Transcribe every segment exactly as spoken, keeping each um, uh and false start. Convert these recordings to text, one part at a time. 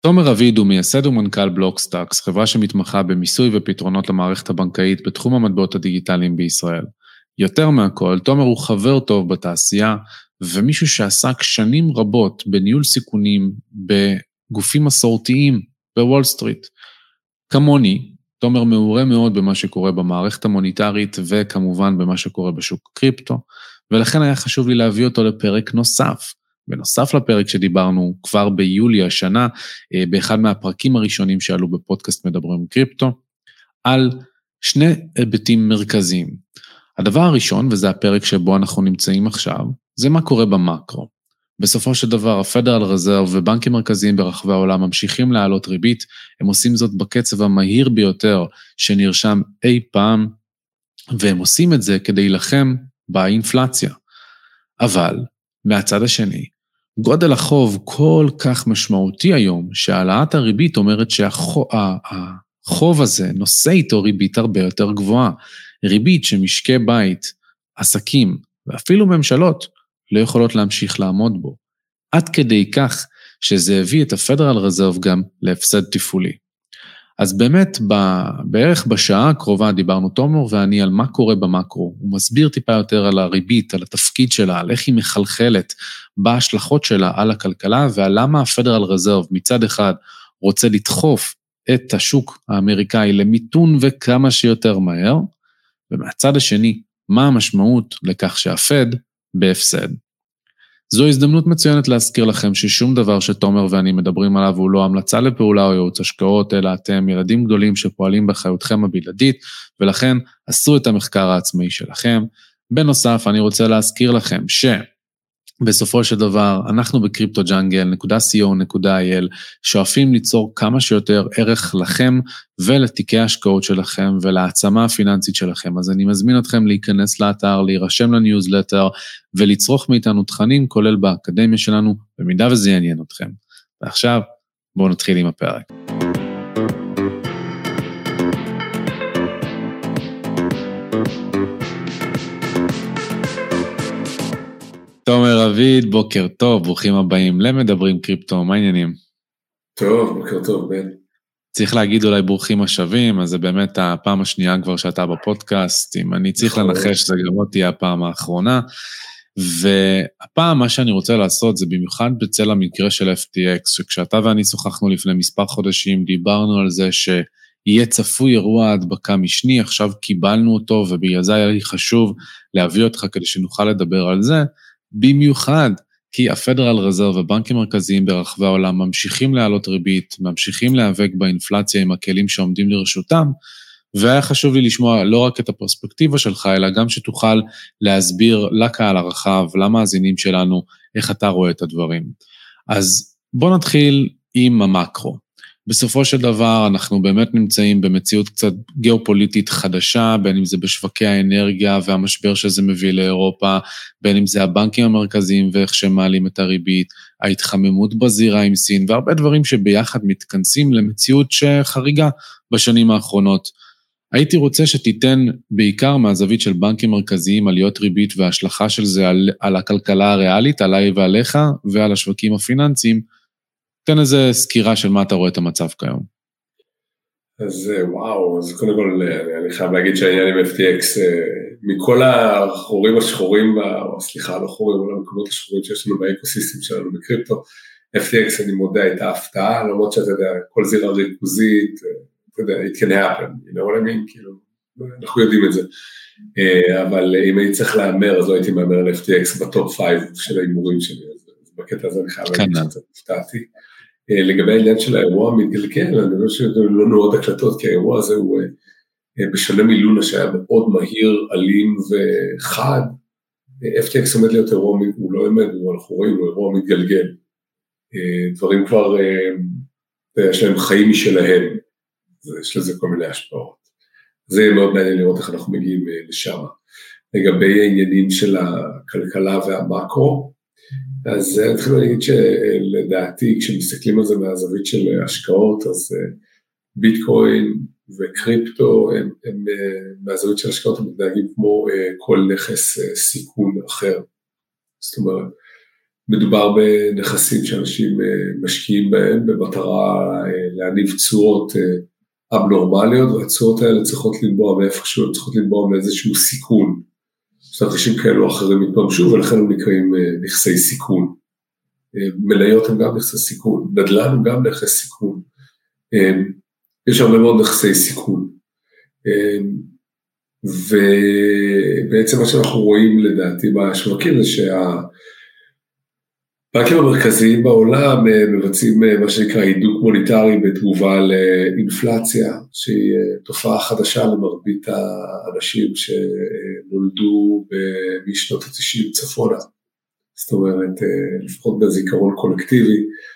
תומר רביד הוא מייסד ומנכ"ל בלוקסטאקס, חברה שמתמחה במיסוי ופתרונות למערכת הבנקאית בתחום המטבעות הדיגיטליים בישראל. יותר מהכל, תומר הוא חבר טוב בתעשייה, ומישהו שעסק שנים רבות בניהול סיכונים בגופים מסורתיים בוול סטריט. כמוני, תומר מעורה מאוד במה שקורה במערכת המוניטרית, וכמובן במה שקורה בשוק קריפטו, ולכן היה חשוב לי להביא אותו לפרק נוסף. בנוסף לפרק שדיברנו כבר ביולי השנה, באחד מהפרקים הראשונים שעלו בפודקאסט מדברים קריפטו, על שני היבטים מרכזיים. הדבר הראשון, וזה הפרק שבו אנחנו נמצאים עכשיו, זה מה קורה במקרו. בסופו של דבר, הפדרל רזרב ובנקים מרכזיים ברחבי העולם ממשיכים להעלות ריבית, הם עושים זאת בקצב המהיר ביותר שנרשם אי פעם, והם עושים את זה כדי להילחם באינפלציה. אבל, מהצד השני, גודל החוב כל כך משמעותי היום, שהעלאת הריבית אומרת שהחוב הזה נושא איתו ריבית הרבה יותר גבוהה. ריבית שמשקי בית, עסקים ואפילו ממשלות לא יכולות להמשיך לעמוד בו. עד כדי כך שזה הביא את הפדרל רזרב גם להפסד תפעולי. אז באמת בערך בשעה הקרובה דיברנו תומר ואני על מה קורה במקרו. הוא מסביר טיפה יותר על הריבית, על התפקיד שלה, על איך היא מחלחלת בהשלכות שלה על הכלכלה, ועל למה הפדרל רזרב מצד אחד רוצה לדחוף את השוק האמריקאי למיתון וכמה שיותר מהר, ומהצד השני, מה המשמעות לכך שהפד בהפסד. זו הזדמנות מצוינת להזכיר לכם ששום דבר שתומר ואני מדברים עליו הוא לא המלצה לפעולה או ייעוץ השקעות, אלא אתם ילדים גדולים שפועלים באחריותכם הבלעדית, ולכן עשו את המחקר העצמאי שלכם. בנוסף, אני רוצה להזכיר לכם שבסופו של דבר אנחנו בקריפטו ג'אנגל נקודה סי או נקודה איי אל שואפים ליצור כמה שיותר ערך לכם ולתיקי ההשקעות שלכם ולהעצמה הפיננסית שלכם. אז אני מזמין אתכם להיכנס לאתר, להירשם לניוזלטר ולצרוך מאיתנו תכנים, כולל באקדמיה שלנו, במידה וזה יעניין אתכם. ועכשיו בואו נתחיל עם הפרק. תומר רביד, בוקר טוב, ברוכים הבאים למדברים קריפטו, מה העניינים? טוב, בוקר טוב, בן. צריך להגיד אולי ברוכים השבים, אז זה באמת הפעם השנייה כבר שאתה בפודקאסט, אם אני צריך לנחש, זה גם לא תהיה הפעם האחרונה, והפעם מה שאני רוצה לעשות זה במיוחד בצל המקרה של אף טי אקס, שכשאתה ואני שוחחנו לפני מספר חודשים, דיברנו על זה שיהיה צפוי אירוע הדבקה משני, עכשיו קיבלנו אותו, ובגלל זה היה לי חשוב להביא אותך כדי שנוכל לדבר על זה, במיוחד כי הפדרל רזרב ובנקים מרכזיים ברחבי העולם ממשיכים להעלות ריבית, ממשיכים להיאבק באינפלציה עם הכלים שעומדים לרשותם, והיה חשוב לי לשמוע לא רק את הפרספקטיבה שלך, אלא גם שתוכל להסביר לקהל הרחב, למאזינים שלנו, איך אתה רואה את הדברים. אז בוא נתחיל עם המקרו. בסופו של דבר אנחנו באמת נמצאים במציאות קצת גיאופוליטית חדשה, בין אם זה בשווקי האנרגיה והמשבר שזה מביא לאירופה, בין אם זה הבנקים המרכזיים ואיך שהם מעלים את הריבית, ההתחממות בזירה עם סין, והרבה דברים שביחד מתכנסים למציאות שחריגה בשנים האחרונות. הייתי רוצה שתיתן בעיקר מהזווית של בנקים מרכזיים עליות ריבית וההשלכה של זה על, על הכלכלה הריאלית, עליי ועליך ועל השווקים הפיננסיים, תן איזה סקירה של מה אתה רואה את המצב כיום. אז וואו, אז קודם כל אני חייב להגיד שהעניין עם אף טי אקס, מכל החורים השחורים, או סליחה, לא חורים, אבל המקומות השחורים שיש לנו באקוסיסטם שלנו בקריפטו, אף טי אקס אני מודה הייתה הפתעה, למרות שאתה יודע, כל זירה ריכוזית, אתה יודע, it can happen, you know what I mean, כאילו, אנחנו יודעים את זה. אבל אם הייתי צריך לאמר, אז לא הייתי מאמר על אף טי אקס בטופ חמש של האימורים שלי, אז בקטע הזה אני חייב להגיד שאתה הפתעתי. לגבי העניין של האירוע המתגלגל, אני חושב שזה לא נועד הקלטות, כי האירוע הזה הוא בשונה מלונה שהיה מאוד מהיר, אלים וחד, אף טי אקס עומד להיות אירוע, הוא לא עומד, אנחנו רואים, הוא אירוע מתגלגל. דברים כבר, יש להם חיים משלהם, יש לזה כל מיני השפעות. זה מאוד מעניין לראות איך אנחנו מגיעים לשם. לגבי העניינים של הכלכלה והמקרו, אז התחילו להגיד שלדעתי, כשמסתכלים על זה מהזווית של השקעות, אז ביטקוין וקריפטו, הם, הם מהזווית של השקעות, הם מתנהגים כמו כל נכס סיכון אחר. זאת אומרת, מדובר בנכסים שאנשים משקיעים בהם במטרה להניב תשואות אבנורמליות, והתשואות האלה צריכות לנבוע מאיפשהו, צריכות לנבוע מאיזשהו סיכון. תרחישים כאלו אחרים מתממשו, ולכן הם נקראים נכסי סיכון. מניות הם גם נכסי סיכון, נדל"ן הם גם נכסי סיכון. יש הרבה מאוד נכסי סיכון. ובעצם מה שאנחנו רואים לדעתי בשווקים זה שהבנקים המרכזיים בעולם מבצעים מה שנקרא הידוק מוניטרי בתגובה לאינפלציה, שהיא תופעה חדשה למרבית האנשים שנולדו בשנות ה-תשעים צפונה. זאת אומרת, לפחות בזיכרון קולקטיבי,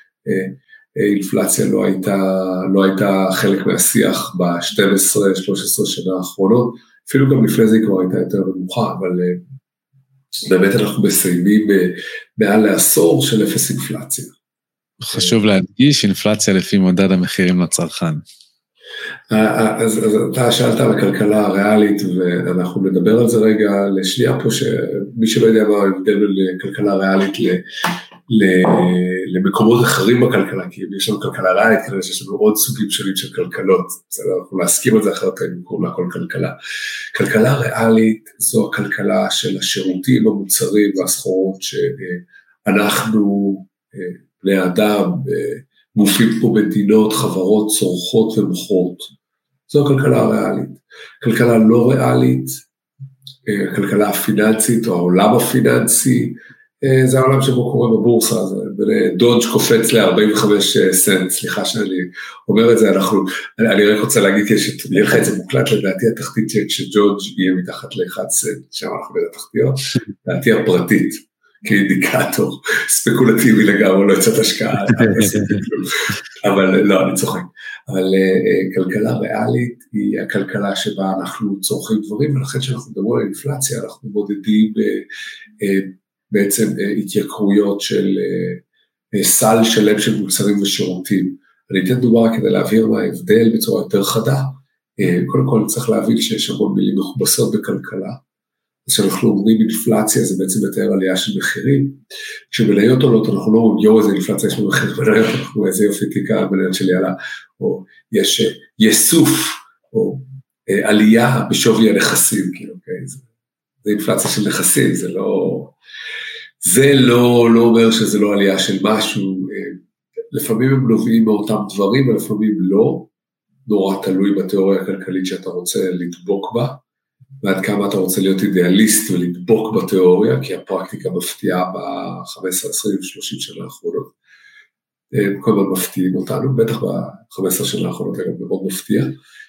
אינפלציה לא הייתה, לא הייתה חלק מהשיח ב-שתים עשרה שלוש עשרה שנה האחרונות, אפילו גם לפני זה היא כבר הייתה יותר נמוכה, אבל באמת אנחנו מסיימים מעל לעשור של אפס אינפלציה. חשוב להדגיש, אינפלציה לפי מדד המחירים לצרכן. אז, אז אתה שאלת על הכלכלה הריאלית, ואנחנו נדבר על זה רגע לשנייה פה, שמי שלא יודע מה ההבדל בין כלכלה ריאלית ל... למקומות אחרים בכלכלה, כי יש לנו כלכלה ריאלית, כנראה שיש לנו עוד סוגים שונים של כלכלות, אנחנו להסכים על זה אחרת, אני קוראים לה כל כלכלה. כלכלה ריאלית זו הכלכלה של השירותים, המוצרים והסחורות שאנחנו, בני האדם, גופים פה מדינות, חברות, צורכות ומוכרות. זו הכלכלה הריאלית. כלכלה לא ריאלית, הכלכלה הפיננסית או העולם הפיננסי, זה העולם שבו קורה בבורסה, דודג' קופץ ל-ארבעים וחמישה סנט, סליחה שאני אומר את זה, אנחנו, אני רק רוצה להגיד, יהיה לך את זה מוקלט, לדעתי התחתית שג'ודג' יהיה מתחת ל-אחד סנט, שם אנחנו בין התחתיות, לדעתי הפרטית, כאינדיקטור, ספקולטיבי לגמרי, לא יצאת השקעה, אבל לא, אני צוחק, אבל כלכלה ריאלית היא הכלכלה שבה אנחנו צורכים דברים, ולכן שאנחנו מדברים על אינפלציה, אנחנו מודדים בעצם התייקרויות של סל שלם של מוצרים ושירותים. אני אתן דוגמה כדי להבהיר מה ההבדל בצורה יותר חדה. קודם כל צריך להבין שיש המון מילים מכובסות בכלכלה, אז כשאנחנו אומרים אינפלציה זה בעצם מתאר עלייה של מחירים, כשמניות עולות אנחנו לא אומרים יו איזה אינפלציה יש במחיר מניות, אנחנו איזה יופי תיקה המניות שלי עלה, או יש יסוף, או עלייה בשווי הנכסים, כאילו, אוקיי, זה, זה אינפלציה של נכסים, זה לא... זה לא, לא אומר שזה לא עלייה של משהו, לפעמים הם נובעים מאותם דברים, ולפעמים לא, נורא תלוי בתיאוריה הכלכלית שאתה רוצה לדבוק בה, ועד כמה אתה רוצה להיות אידיאליסט ולדבוק בתיאוריה, כי הפרקטיקה מפתיעה ב-חמש עשרה, עשרים, שלושים שנה האחרונות, הם כל הזמן מפתיעים אותנו, בטח ב-חמש עשרה שנה האחרונות הם מאוד מפתיע,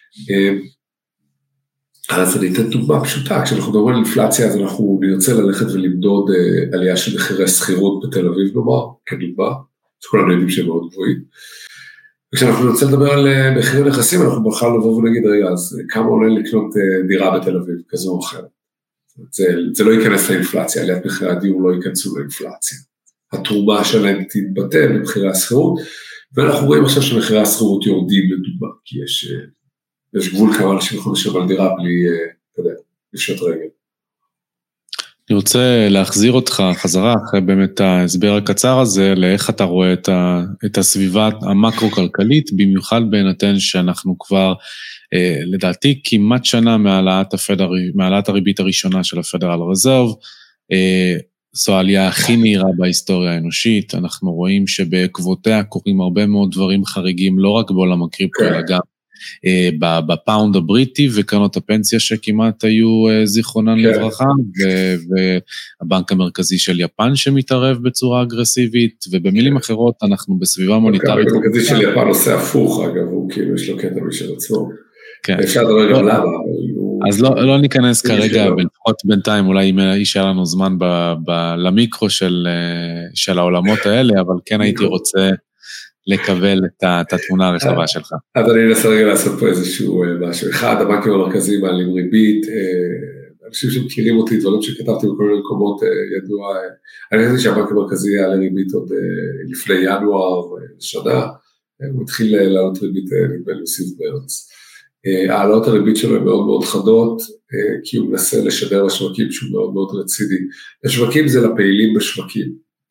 אז אני אתן דוגמה פשוטה, כשאנחנו מדברים על אינפלציה, אז אנחנו נרצה ללכת ולמדוד עלייה של מחירי שכירות בתל אביב, נאמר, כדוגמה, שכולנו יודעים שהם מאוד גבוהים. וכשאנחנו נרצה לדבר על מחירי נכסים, אנחנו בכלל לבוא ונגיד, רגע, אז כמה עולה לקנות דירה בתל אביב, כזו או אחרת. זה, זה לא ייכנס לאינפלציה, עליית מחירי הדיור לא ייכנסו לאינפלציה. התרומה שלהם תתבטא במחירי השכירות, ואנחנו רואים עכשיו שמחירי השכירות יורדים לדוגמה, כי יש... יש גבול כמה אנשים יכולים לשבת על דירה בלי, אתה יודע, לפשוט רגל. אני רוצה להחזיר אותך חזרה, אחרי באמת ההסבר הקצר הזה, לאיך אתה רואה את, ה, את הסביבה המקרו-כלכלית, במיוחד בהינתן שאנחנו כבר, אה, לדעתי, כמעט שנה מעלת, הפדר, מעלת הריבית הראשונה של הפדרל רזרב, אה, זו העלייה הכי מהירה בהיסטוריה האנושית, אנחנו רואים שבעקבותיה קורים הרבה מאוד דברים חריגים, לא רק בעולם הקריפטו, אלא גם בפאונד הבריטי וקרנות הפנסיה שכמעט היו זיכרונן לברכה, והבנק המרכזי של יפן שמתערב בצורה אגרסיבית, ובמילים אחרות אנחנו בסביבה מוניטרית. הבנק המרכזי של יפן עושה הפוך, אגב, הוא כאילו יש לו קטע משל עצמו. אפשר לדבר גם למה. אז לא ניכנס כרגע, לפחות בינתיים, אולי אם יישאר לנו זמן למיקרו של העולמות האלה, אבל כן הייתי רוצה לקבל את התמונה הרחבה שלך. אז אני אנסה רגע לעשות פה איזשהו משהו. אחד, הבנקים המרכזיים מעלים ריבית, אנשים שמכירים אותי, דברים שכתבתי בכל מיני מקומות ידוע, אני חושב שהבנק המרכזי יעלה ריבית עוד לפני ינואר שנה, הוא התחיל לעלות ריבית נדמה לי סביב מרץ. העלות הריבית שלו הן מאוד מאוד חדות, כי הוא מנסה לשדר לשווקים שהוא מאוד מאוד רציני. השווקים זה לפעילים בשווקים.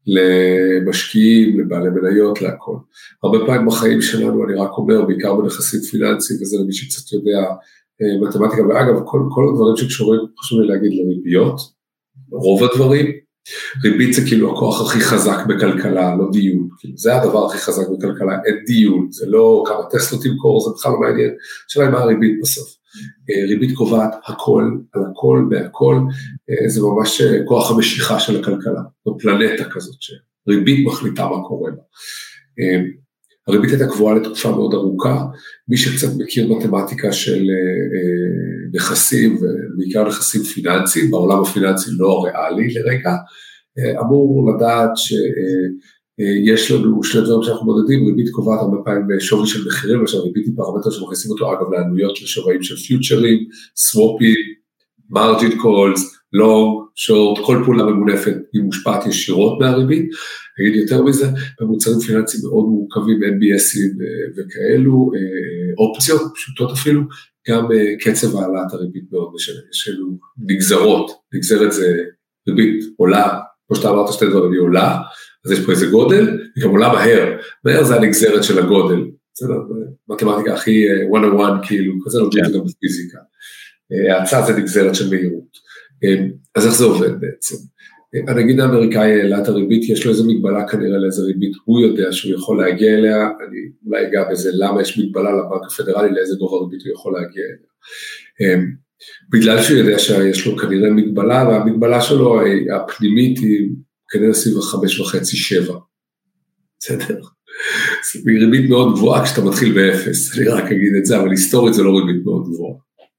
למשקיעים, לבעלי מניות, להכל. הרבה פעמים בחיים שלנו, אני רק אומר, בעיקר בנכסים פיננסיים, וזה למי שקצת יודע מתמטיקה, ואגב, כל, כל הדברים שקשורים, חשוב לי להגיד לריביות, רוב הדברים, ריבית זה כאילו הכוח הכי חזק בכלכלה, לא דיון, כאילו, זה הדבר הכי חזק בכלכלה, אין דיון, זה לא כמה טסלות תמכור, זה בכלל לא מעניין, שאלה מה הריבית בסוף. ריבית קובעת הכל, על הכל, בהכל, זה ממש כוח המשיכה של הכלכלה, זו פלנטה כזאת, שריבית מחליטה מה קורה בה. הריבית הייתה קבועה לתקופה מאוד ארוכה, מי שקצת מכיר מתמטיקה של נכסים, ובעיקר נכסים פיננסיים, בעולם הפיננסי לא ריאלי לרגע, אמור לדעת שיש לנו שני דברים שאנחנו מודדים, ריבית קובעת הרבה פעמים שווי של מחירים, עכשיו ריבית היא פרמטר שמכניסים אותו אגב לעלויות של שווים של פיוטרים, סוואפים, מרג'ין קולס, לונג, שורט, כל פעולה ממונפת היא מושפעת ישירות מהריבית, נגיד יותר מזה, במוצרים פיננסיים מאוד מורכבים, אן בי אסים וכאלו, אופציות פשוטות אפילו, גם קצב העלאת הריבית מאוד משנה, יש לנו נגזרות, נגזרת זה ריבית עולה, כמו שאתה אמרת שתי דברים, היא עולה, אז יש פה איזה גודל, היא גם עולה מהר, מהר זה הנגזרת של הגודל, זה מתמטיקה הכי one on one כאילו, כזה לא יודעים את זה גם בפיזיקה, ההצעה זה נגזרת של מהירות, אז איך זה עובד בעצם? הנגיד האמריקאי העלה את הריבית, יש לו איזו מגבלה כנראה לאיזו ריבית, הוא יודע שהוא יכול להגיע אליה, אני אולי אגע בזה, למה יש מגבלה לבנק הפדרלי, לאיזה גובה ריבית הוא יכול להגיע אליה. בגלל שהוא יודע שיש לו כנראה מגבלה, והמגבלה שלו הפנימית היא כנראה סביב חמש וחצי שבע. בסדר? היא ריבית מאוד גבוהה כשאתה מתחיל באפס, אני רק אגיד את זה, אבל היסטורית זה לא ריבית מאוד גבוהה.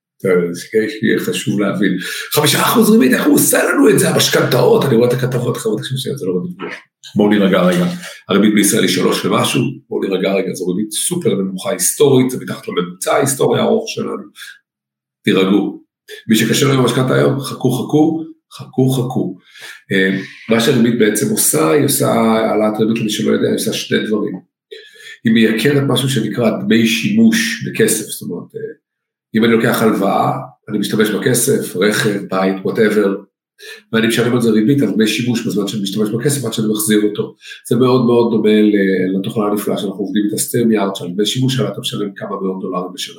זה חשוב להבין. חמישה אחוז ריבית, איך הוא עושה לנו את זה? המשכנתאות, אני רואה את הכתבות, חברת חמישים, זה לא ריבית גבוהה. בואו נרגע רגע. הריבית בישראל היא שלוש ומשהו, בואו נרגע רגע, זו ריבית סופר נמוכה היסטורית, זה מתחת לממוצע ההיסטוריה הארוך שלנו. תירגעו. מי שקשה לו עם המשכנתה היום, חכו חכו, חכו חכו. מה שהריבית בעצם עושה, היא עושה העלאת ריבית למי שלא יודע, היא עושה שני דברים. היא מייקרת משהו שנקרא דמי שימוש בכסף, זאת אומרת, אם אני לוקח הלוואה, אני משתמש בכסף, רכב, בית, whatever, ואני משלם על זה ריבית, על דמי שימוש בזמן שאני משתמש בכסף, עד שאני מחזיר אותו. זה מאוד מאוד דומה לתוכנה הנפלאה שאנחנו עובדים את הסטרמיארד, שעל דמי שימוש שלה אתה משלם כמה מאות דולרים בשנה.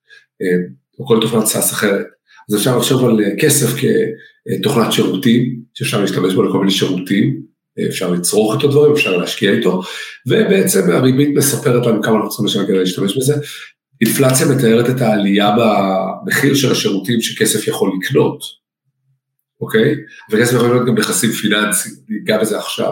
או כל תוכנת סאס אחרת. אז אפשר לחשוב על כסף כתוכנת שירותים, שאפשר להשתמש בו לכל מיני שירותים, אפשר לצרוך את הדברים, אפשר להשקיע איתו, ובעצם הריבית מספרת לנו כמה אנחנו צריכים לשלם כדי להשתמש בזה. אינפלציה מתארת את העלייה במחיר של השירותים שכסף יכול לקנות, אוקיי? וכסף יכול להיות גם נכסים פיננסיים, ניגע בזה עכשיו.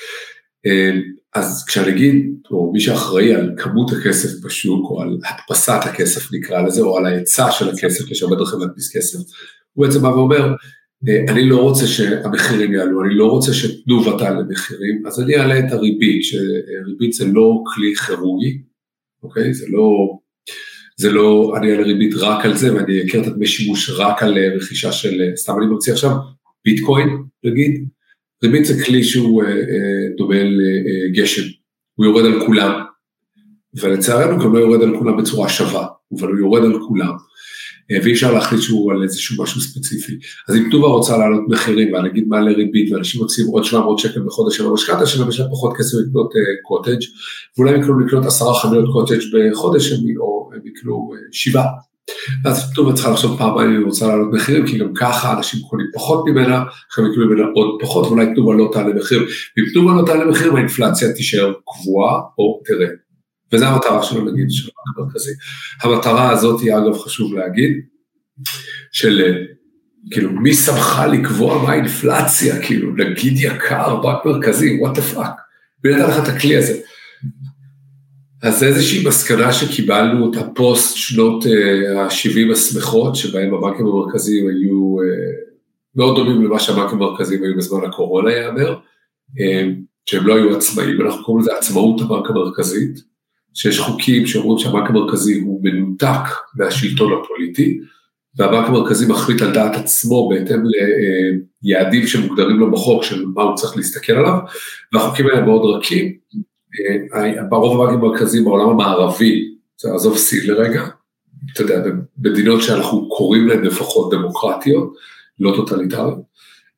אז כשנגיד, או מי שאחראי על כמות הכסף בשוק, או על הדפסת הכסף נקרא לזה, או על ההיצע של הכסף, יש הרבה דרכים להדפיס כסף, הוא בעצם בא ואומר, אני לא רוצה שהמחירים יעלו, אני לא רוצה שתנובה תעלה מחירים, אז אני אעלה את הריבית, שריבית זה לא כלי כירורגי, אוקיי? זה לא... זה לא, אני על ריבית רק על זה, ואני אכיר את הדמי שימוש רק על רכישה של, סתם אני ממציא עכשיו, ביטקוין, נגיד, ריבית זה כלי שהוא דומה לגשם, הוא יורד על כולם, ולצערנו גם לא יורד על כולם בצורה שווה, אבל הוא יורד על כולם, ואי אפשר להחליט שהוא על איזשהו משהו ספציפי. אז אם תנובה רוצה לעלות מחירים, ונגיד מה לריבית, ואנשים מוצאים עוד שבע מאות שקל בחודש של המשכנתה, שלהם יש פחות כסף לקנות קוטג', ואולי הם יקנו לקנות עשרה חנויות קוטג' בחודש, או הם יקנו שבעה. אז תנובה צריכה לחשוב פעמיים אם היא רוצה לעלות מחירים, כי גם ככה אנשים קונים פחות ממנה, עכשיו יקנו ממנה עוד פחות, ואולי תנובה לא תעלה מחירים. ואם תנובה לא תעלה מחירים, האינפלציה תישאר קבועה או תראה. וזו המטרה שלנו, נגיד, של הבנק המרכזי. המטרה הזאת היא, אגב, חשוב להגיד, של, כאילו, מי שמחה לקבוע מה האינפלציה, כאילו, נגיד יקר, בנק מרכזי, what the fuck, מי נתן לך את הכלי הזה? אז זה איזושהי מסקנה שקיבלנו את הפוסט שנות ה-שבעים השמחות, שבהם הבנקים המרכזיים היו מאוד דומים למה שהבנקים המרכזיים היו בזמן הקורונה, יאמר, שהם לא היו עצמאים, אנחנו קוראים לזה עצמאות הבנק המרכזית, שיש חוקים שאומרים שהבנק המרכזי הוא מנותק מהשלטון הפוליטי, והבנק המרכזי מחליט על דעת עצמו בהתאם ליעדים שמוגדרים לו בחוק של מה הוא צריך להסתכל עליו, והחוקים האלה מאוד רכים, ברוב הבנקים המרכזיים בעולם המערבי, זה עזוב סין לרגע, אתה יודע, במדינות שאנחנו קוראים להן לפחות דמוקרטיות, לא טוטליטריות,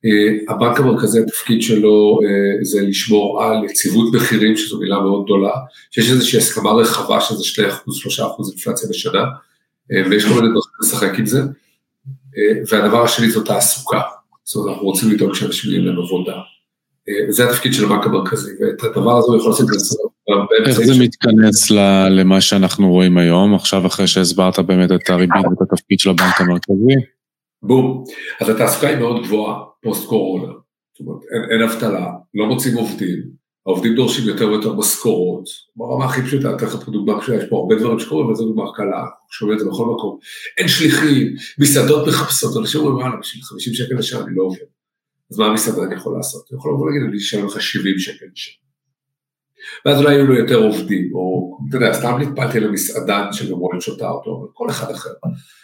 הבנק המרכזי, התפקיד שלו זה לשמור על יציבות מחירים, שזו מילה מאוד גדולה, שיש איזושהי הסכמה רחבה שזה שני אחוז, שלושה אחוז אינפלציה בשנה, ויש כל מיני דרכים לשחק עם זה, והדבר השני זו תעסוקה, זאת אומרת, אנחנו רוצים לדאוג שאנשים יהיו להם עבודה, זה התפקיד של הבנק המרכזי, ואת הדבר הזה הוא יכול לעשות לצורך. איך זה מתכנס למה שאנחנו רואים היום, עכשיו אחרי שהסברת באמת את הריבית ואת התפקיד של הבנק המרכזי? בום, אז התעסוקה היא מאוד גבוהה, פוסט קורונה, זאת אומרת, אין, אין אבטלה, לא מוצאים עובדים, העובדים דורשים יותר ויותר משכורות, ברמה הכי פשוטה, אני אתן לך פה דוגמה פשוטה, יש פה הרבה דברים שקורים, אבל זו דוגמה קלה, שומע את זה בכל מקום, אין שליחים, מסעדות מחפשות, אנשים אומרים, וואלה, בשביל חמישים שקל לשעה אני לא עובד, אז מה המסעדה אני יכול לעשות? אני יכול לבוא להגיד, אני אשאר לך שבעים שקל לשעה. ואז אולי יהיו לו יותר עובדים, או, אתה יודע, סתם נתפלתי למסעדן שגם רואה שותה אותו, אבל כל אחד אחר.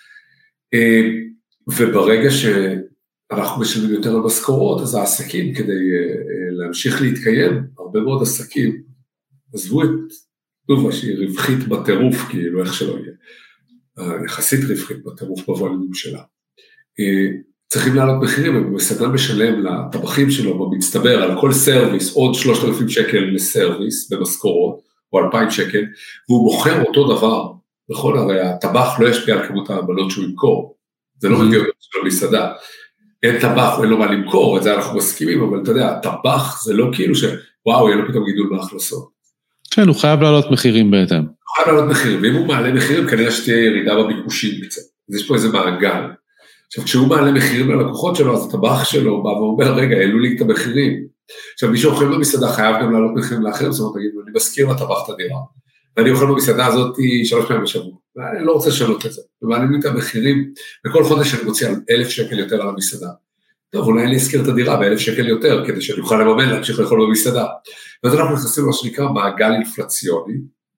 וברגע שאנחנו משלמים יותר על משכורות, אז העסקים, כדי להמשיך להתקיים, הרבה מאוד עסקים, עזבו את תנובה שהיא רווחית בטירוף, כאילו איך שלא יהיה, יחסית רווחית בטירוף בבעלים שלה. צריכים לעלות מחירים, ומסעדן משלם לטבחים שלו במצטבר על כל סרוויס, עוד שלושת אלפים שקל לסרוויס במשכורות, או אלפיים שקל, והוא מוכר אותו דבר, נכון? הרי הטבח לא ישפיע על כמות המנות שהוא ימכור, זה לא מגיע של המסעדה, אין טבח, אין לו מה למכור, את זה אנחנו מסכימים, אבל אתה יודע, הטבח זה לא כאילו שוואו, יהיה לו פתאום גידול בהכנסות. כן, הוא חייב לעלות מחירים בהתאם. הוא חייב לעלות מחירים, ואם הוא מעלה מחירים, כנראה שתהיה ירידה בביקושים קצת, אז יש פה איזה מעגל. עכשיו, כשהוא מעלה מחירים ללקוחות שלו, אז הטבח שלו בא ואומר, רגע, העלו לי את המחירים. עכשיו, מי שאוכל במסעדה חייב גם לעלות מחירים לאחרים, זאת אומרת, תגיד, אני מזכיר לטבח את הדירה, ואני אוכל במסעדה הזאת שלוש פעמים בשבוע, ואני לא רוצה לשנות את זה, ומעלים לי את המחירים, וכל חודש אני מוציא על אלף שקל יותר על המסעדה. טוב, אולי אני אזכיר את הדירה באלף שקל יותר, כדי שאני אוכל לממן להמשיך לאכול במסעדה. ואז אנחנו נכנסים למה שנקרא מעגל אינפלציוני,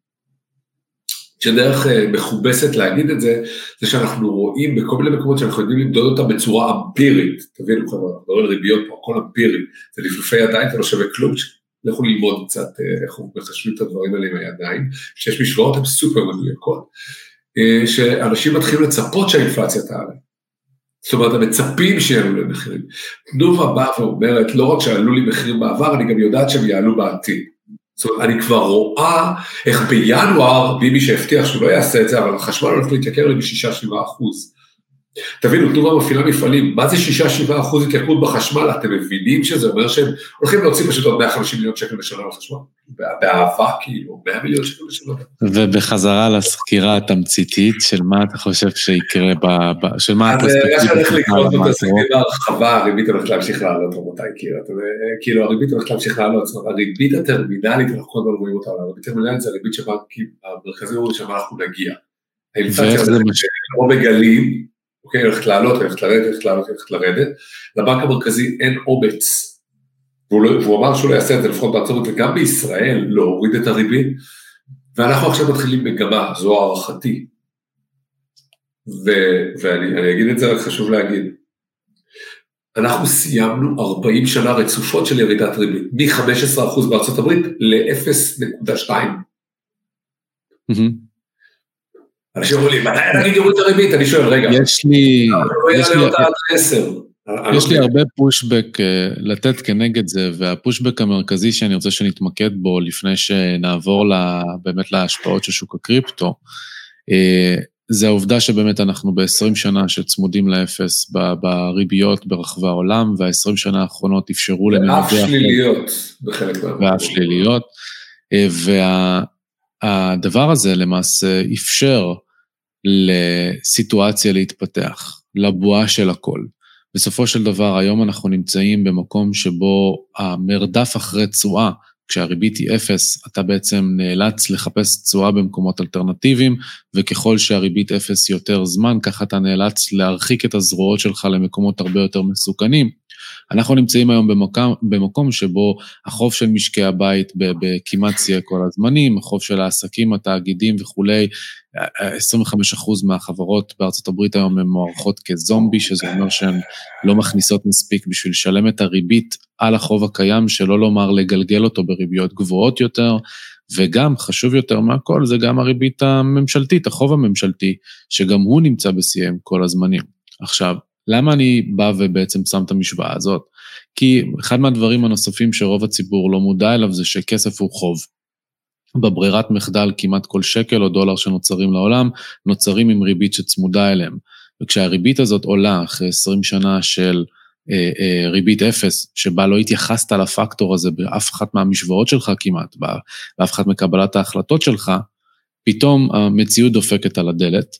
שדרך מכובסת להגיד את זה, זה שאנחנו רואים בכל מיני מקומות שאנחנו יודעים למדוד אותה בצורה אמפירית, תבינו חבר'ה, אנחנו מדברים על ריביות פה, הכל אמפירי, זה לפלופי ידיים, זה לא שווה כלום, לכו ללמוד קצת איך הוא מחשבים את הדברים האלה עם הידיים, שיש משוואות הן סופר מדויקות, שאנשים מתחילים לצפות שהאינפלציה תעלה, זאת אומרת, המצפים שיעלו למחירים. תנובה באה ואומרת, לא רק שעלו לי מחירים בעבר, אני גם יודעת שהם יעלו בעתיד. זאת אומרת, אני כבר רואה איך בינואר, ביבי שהבטיח שהוא לא יעשה את זה, אבל החשמל הולך להתייקר לי ב-שישה שבעה אחוז. תבינו, תנובה מפעילה מפעלים, מה זה שישה שבעה אחוז התייקרות בחשמל? אתם מבינים שזה אומר שהם הולכים להוציא פשוט עוד מאה וחמישים מיליון שקל בשנה על חשמל? באהבה, כאילו, מאה מיליון שקל בשנה. ובחזרה לסקירה התמציתית, של מה אתה חושב שיקרה, של מה אתה אז איך הולך לקרות בתעסקים בהרחבה, הריבית הולכת להמשיך לעלות, רבותיי, כאילו, הריבית הולכת להמשיך לעלות, זאת אומרת, הריבית הטרמינלית, אנחנו כל הזמן רואים אותה, הריבית הטרמינלית זה הריבית שהמרכזים אומרים שמה אנחנו נגיע. האינפלציה או בגלים, אוקיי, הולכת לעלות, הולכת לרדת, הולכת לעלות, הולכת לרדת, לבנק המרכזי אין אומץ, והוא, לא, והוא אמר שהוא לא יעשה את זה, לפחות בארצות הברית, וגם בישראל לא הוריד את הריבית, ואנחנו עכשיו מתחילים מגמה, זו הערכתי, ו- ואני אני אגיד את זה, רק חשוב להגיד, אנחנו סיימנו ארבעים שנה רצופות של ירידת ריבית, מ-חמישה עשר אחוז בארצות הברית ל-אפס נקודה שתיים. אנשים אומרים לי, מתי אני אגיד את הריבית? אני שואל, רגע. יש לי... יש לי הרבה פושבק לתת כנגד זה, והפושבק המרכזי שאני רוצה שנתמקד בו, לפני שנעבור באמת להשפעות של שוק הקריפטו, זה העובדה שבאמת אנחנו ב-עשרים שנה שצמודים לאפס בריביות ברחבי העולם, וה-עשרים שנה האחרונות אפשרו לממדי... ואף שליליות בחלק מהמקום. ואף שליליות, והדבר הזה למעשה אפשר לסיטואציה להתפתח, לבועה של הכל. בסופו של דבר, היום אנחנו נמצאים במקום שבו המרדף אחרי תשואה, כשהריבית היא אפס, אתה בעצם נאלץ לחפש תשואה במקומות אלטרנטיביים, וככל שהריבית אפס יותר זמן, ככה אתה נאלץ להרחיק את הזרועות שלך למקומות הרבה יותר מסוכנים. אנחנו נמצאים היום במקום, במקום שבו החוב של משקי הבית בכמעט שיא כל הזמנים, החוב של העסקים, התאגידים וכולי, עשרים וחמישה אחוז מהחברות בארצות הברית היום הן מוערכות כזומבי, שזה אומר שהן לא מכניסות מספיק בשביל לשלם את הריבית על החוב הקיים, שלא לומר לגלגל אותו בריביות גבוהות יותר, וגם חשוב יותר מהכל, זה גם הריבית הממשלתית, החוב הממשלתי, שגם הוא נמצא בסיים כל הזמנים. עכשיו, למה אני בא ובעצם שם את המשוואה הזאת? כי אחד מהדברים הנוספים שרוב הציבור לא מודע אליו זה שכסף הוא חוב. בברירת מחדל כמעט כל שקל או דולר שנוצרים לעולם, נוצרים עם ריבית שצמודה אליהם. וכשהריבית הזאת עולה אחרי עשרים שנה של אה, אה, ריבית אפס, שבה לא התייחסת לפקטור הזה באף אחת מהמשוואות שלך כמעט, באף אחת מקבלת ההחלטות שלך, פתאום המציאות דופקת על הדלת,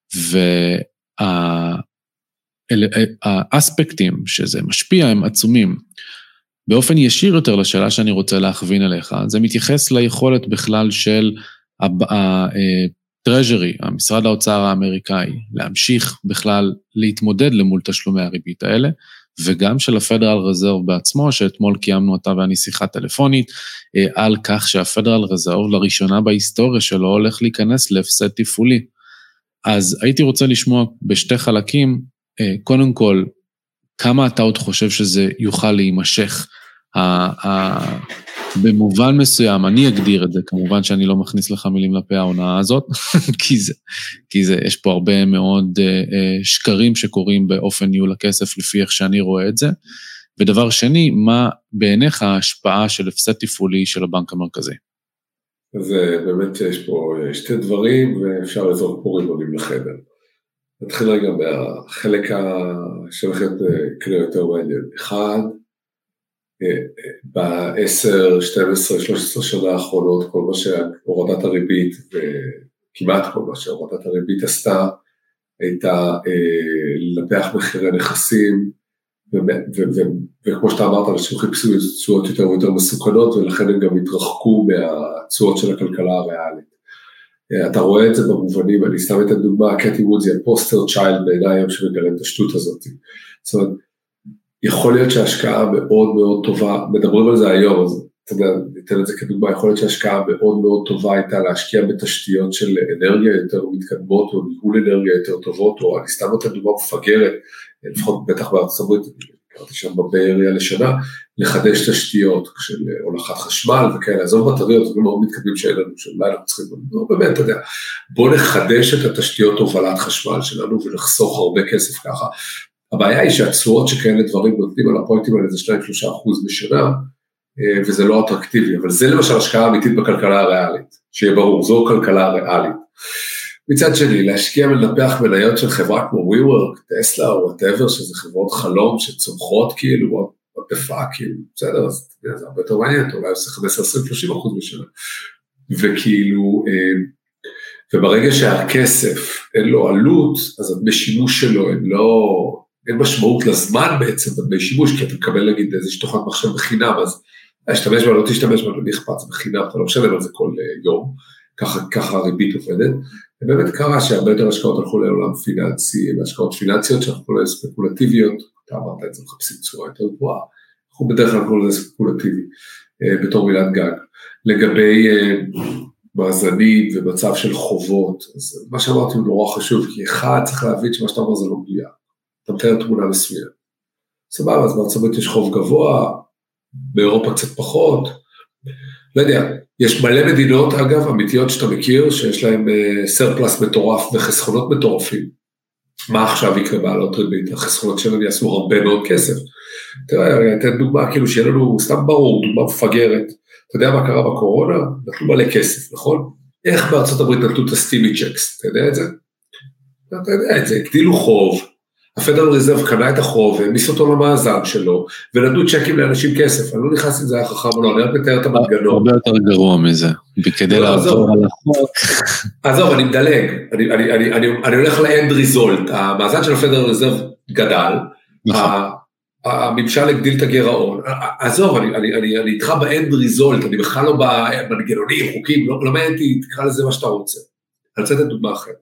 והאספקטים שזה משפיע הם עצומים. באופן ישיר יותר לשאלה שאני רוצה להכווין אליך, זה מתייחס ליכולת בכלל של הטרז'רי, המשרד האוצר האמריקאי, להמשיך בכלל להתמודד למול תשלומי הריבית האלה, וגם של הפדרל רזרב בעצמו, שאתמול קיימנו אותה ואני שיחה טלפונית, על כך שהפדרל רזרב לראשונה בהיסטוריה שלו הולך להיכנס להפסד תפעולי. אז הייתי רוצה לשמוע בשתי חלקים, קודם כל, כמה אתה עוד חושב שזה יוכל להימשך? במובן מסוים, אני אגדיר את זה, כמובן שאני לא מכניס לך מילים לפה העונה הזאת, כי זה, כי זה, יש פה הרבה מאוד שקרים שקורים באופן ניהול הכסף, לפי איך שאני רואה את זה. ודבר שני, מה בעיניך ההשפעה של הפסד תפעולי של הבנק המרכזי? אז באמת יש פה שתי דברים, ואפשר לזור פורים עולים לחדר. נתחיל רגע מהחלק שהולך להיות כלי יותר מעניין. אחד, ב-עשר, שתים עשרה, שלוש עשרה שנה האחרונות, כל מה שהורדת הריבית, וכמעט כל מה שהורדת הריבית עשתה, הייתה לנפח מחירי נכסים, וכמו שאתה אמרת, אנשים חיפשו תשואות יותר ויותר מסוכנות, ולכן הם גם התרחקו מהתשואות של הכלכלה הריאלית. אתה רואה את זה במובנים, אני סתם את הדוגמה, קטי וודס היא הפוסטר צ'יילד בעיניי שמגלם את השטות הזאת. זאת אומרת, יכול להיות שההשקעה מאוד מאוד טובה, מדברים על זה היום, אז אתה יודע, ניתן את זה כדוגמה, יכול להיות שההשקעה מאוד מאוד טובה הייתה להשקיע בתשתיות של אנרגיה יותר מתקדמות, או ניהול אנרגיה יותר טובות, או אני סתם נותן דוגמה מפגרת, לפחות בטח בארצות הברית, קראתי שם בבאריה לשנה, לחדש תשתיות של הולכת חשמל וכאלה, עזוב בטריות, זה מאוד מתקדמים שאין לנו, שאולי אנחנו צריכים, לא באמת, אתה יודע, בוא נחדש את התשתיות הובלת חשמל שלנו, ונחסוך הרבה כסף ככה. הבעיה היא שהצורות שכאלה דברים נותנים על הפרויקטים האלה, זה שניים שלושה אחוז בשנה, וזה לא אטרקטיבי, אבל זה למשל השקעה אמיתית בכלכלה הריאלית, שיהיה ברור, זו כלכלה ריאלית. מצד שני, להשקיע ולנפח מניות של חברה כמו WeWork, טסלה או whatever, שזה חברות חלום שצומחות כאילו, עטפה כאילו, בסדר, אז זה הרבה יותר מעניין, אולי עושה חמש עשרה, עשרים, שלושים אחוז בשנה. וכאילו, וברגע שהכסף אין לו עלות, אז בשימוש שלו אין לו, אין משמעות לזמן בעצם, בשימוש, כי אתה מקבל נגיד איזושהי תוכנת מחשב בחינם, אז להשתמש בה, לא תשתמש בה, למי אכפת, זה בחינם, אתה לא משלם על זה כל יום, ככה, ככה הריבית עובדת, ובאמת קרה שהרבה יותר השקעות הלכו לעולם פיננסי, השקעות פיננסיות שהלכו לספקולטיביות, אתה אמרת את זה, מחפשים צורה יותר גבוהה, אנחנו בדרך כלל קוראים לזה ספקולטיבי, בתור מילת גג. לגבי מאזנים ומצב של חובות, אז מה שאמרתי הוא נורא חשוב, כי אחד צריך להבין שמה שאתה אומר זה לא גבייה, אתה מתאר תמונה מסוימת. סבבה, אז בארצות הברית יש חוב גבוה, באירופה קצת פחות, לא יודע, יש מלא מדינות, אגב, אמיתיות שאתה מכיר, שיש להם סרפלס מטורף וחסכונות מטורפים. מה עכשיו יקרה בעלות ריבית? החסכונות שלהם יעשו הרבה מאוד כסף. תראה, אני אתן דוגמה, כאילו שיהיה לנו, סתם ברור, דוגמה מפגרת. אתה יודע מה קרה בקורונה? נתנו מלא כסף, נכון? איך בארצות הברית נתנו את הסטימי צ'קס? אתה יודע את זה? אתה יודע את זה, הגדילו חוב, הפדרל רזרב קנה את החוב, והמיס אותו למאזן שלו, ונתנו צ'קים לאנשים כסף, אני לא נכנס אם זה היה חכם או לא, אני רק מתאר את המנגנון. הרבה יותר גרוע מזה, כדי לעבור על החוק. עזוב, אני מדלג, אני הולך ל-end result, המאזן של הפדרל רזרב גדל, הממשל הגדיל את הגירעון, עזוב, אני איתך ב-end result, אני בכלל לא במנגנונים, חוקים, לא מעניינתי, תקרא לזה מה שאתה רוצה. אני רוצה לתת דוגמה אחרת.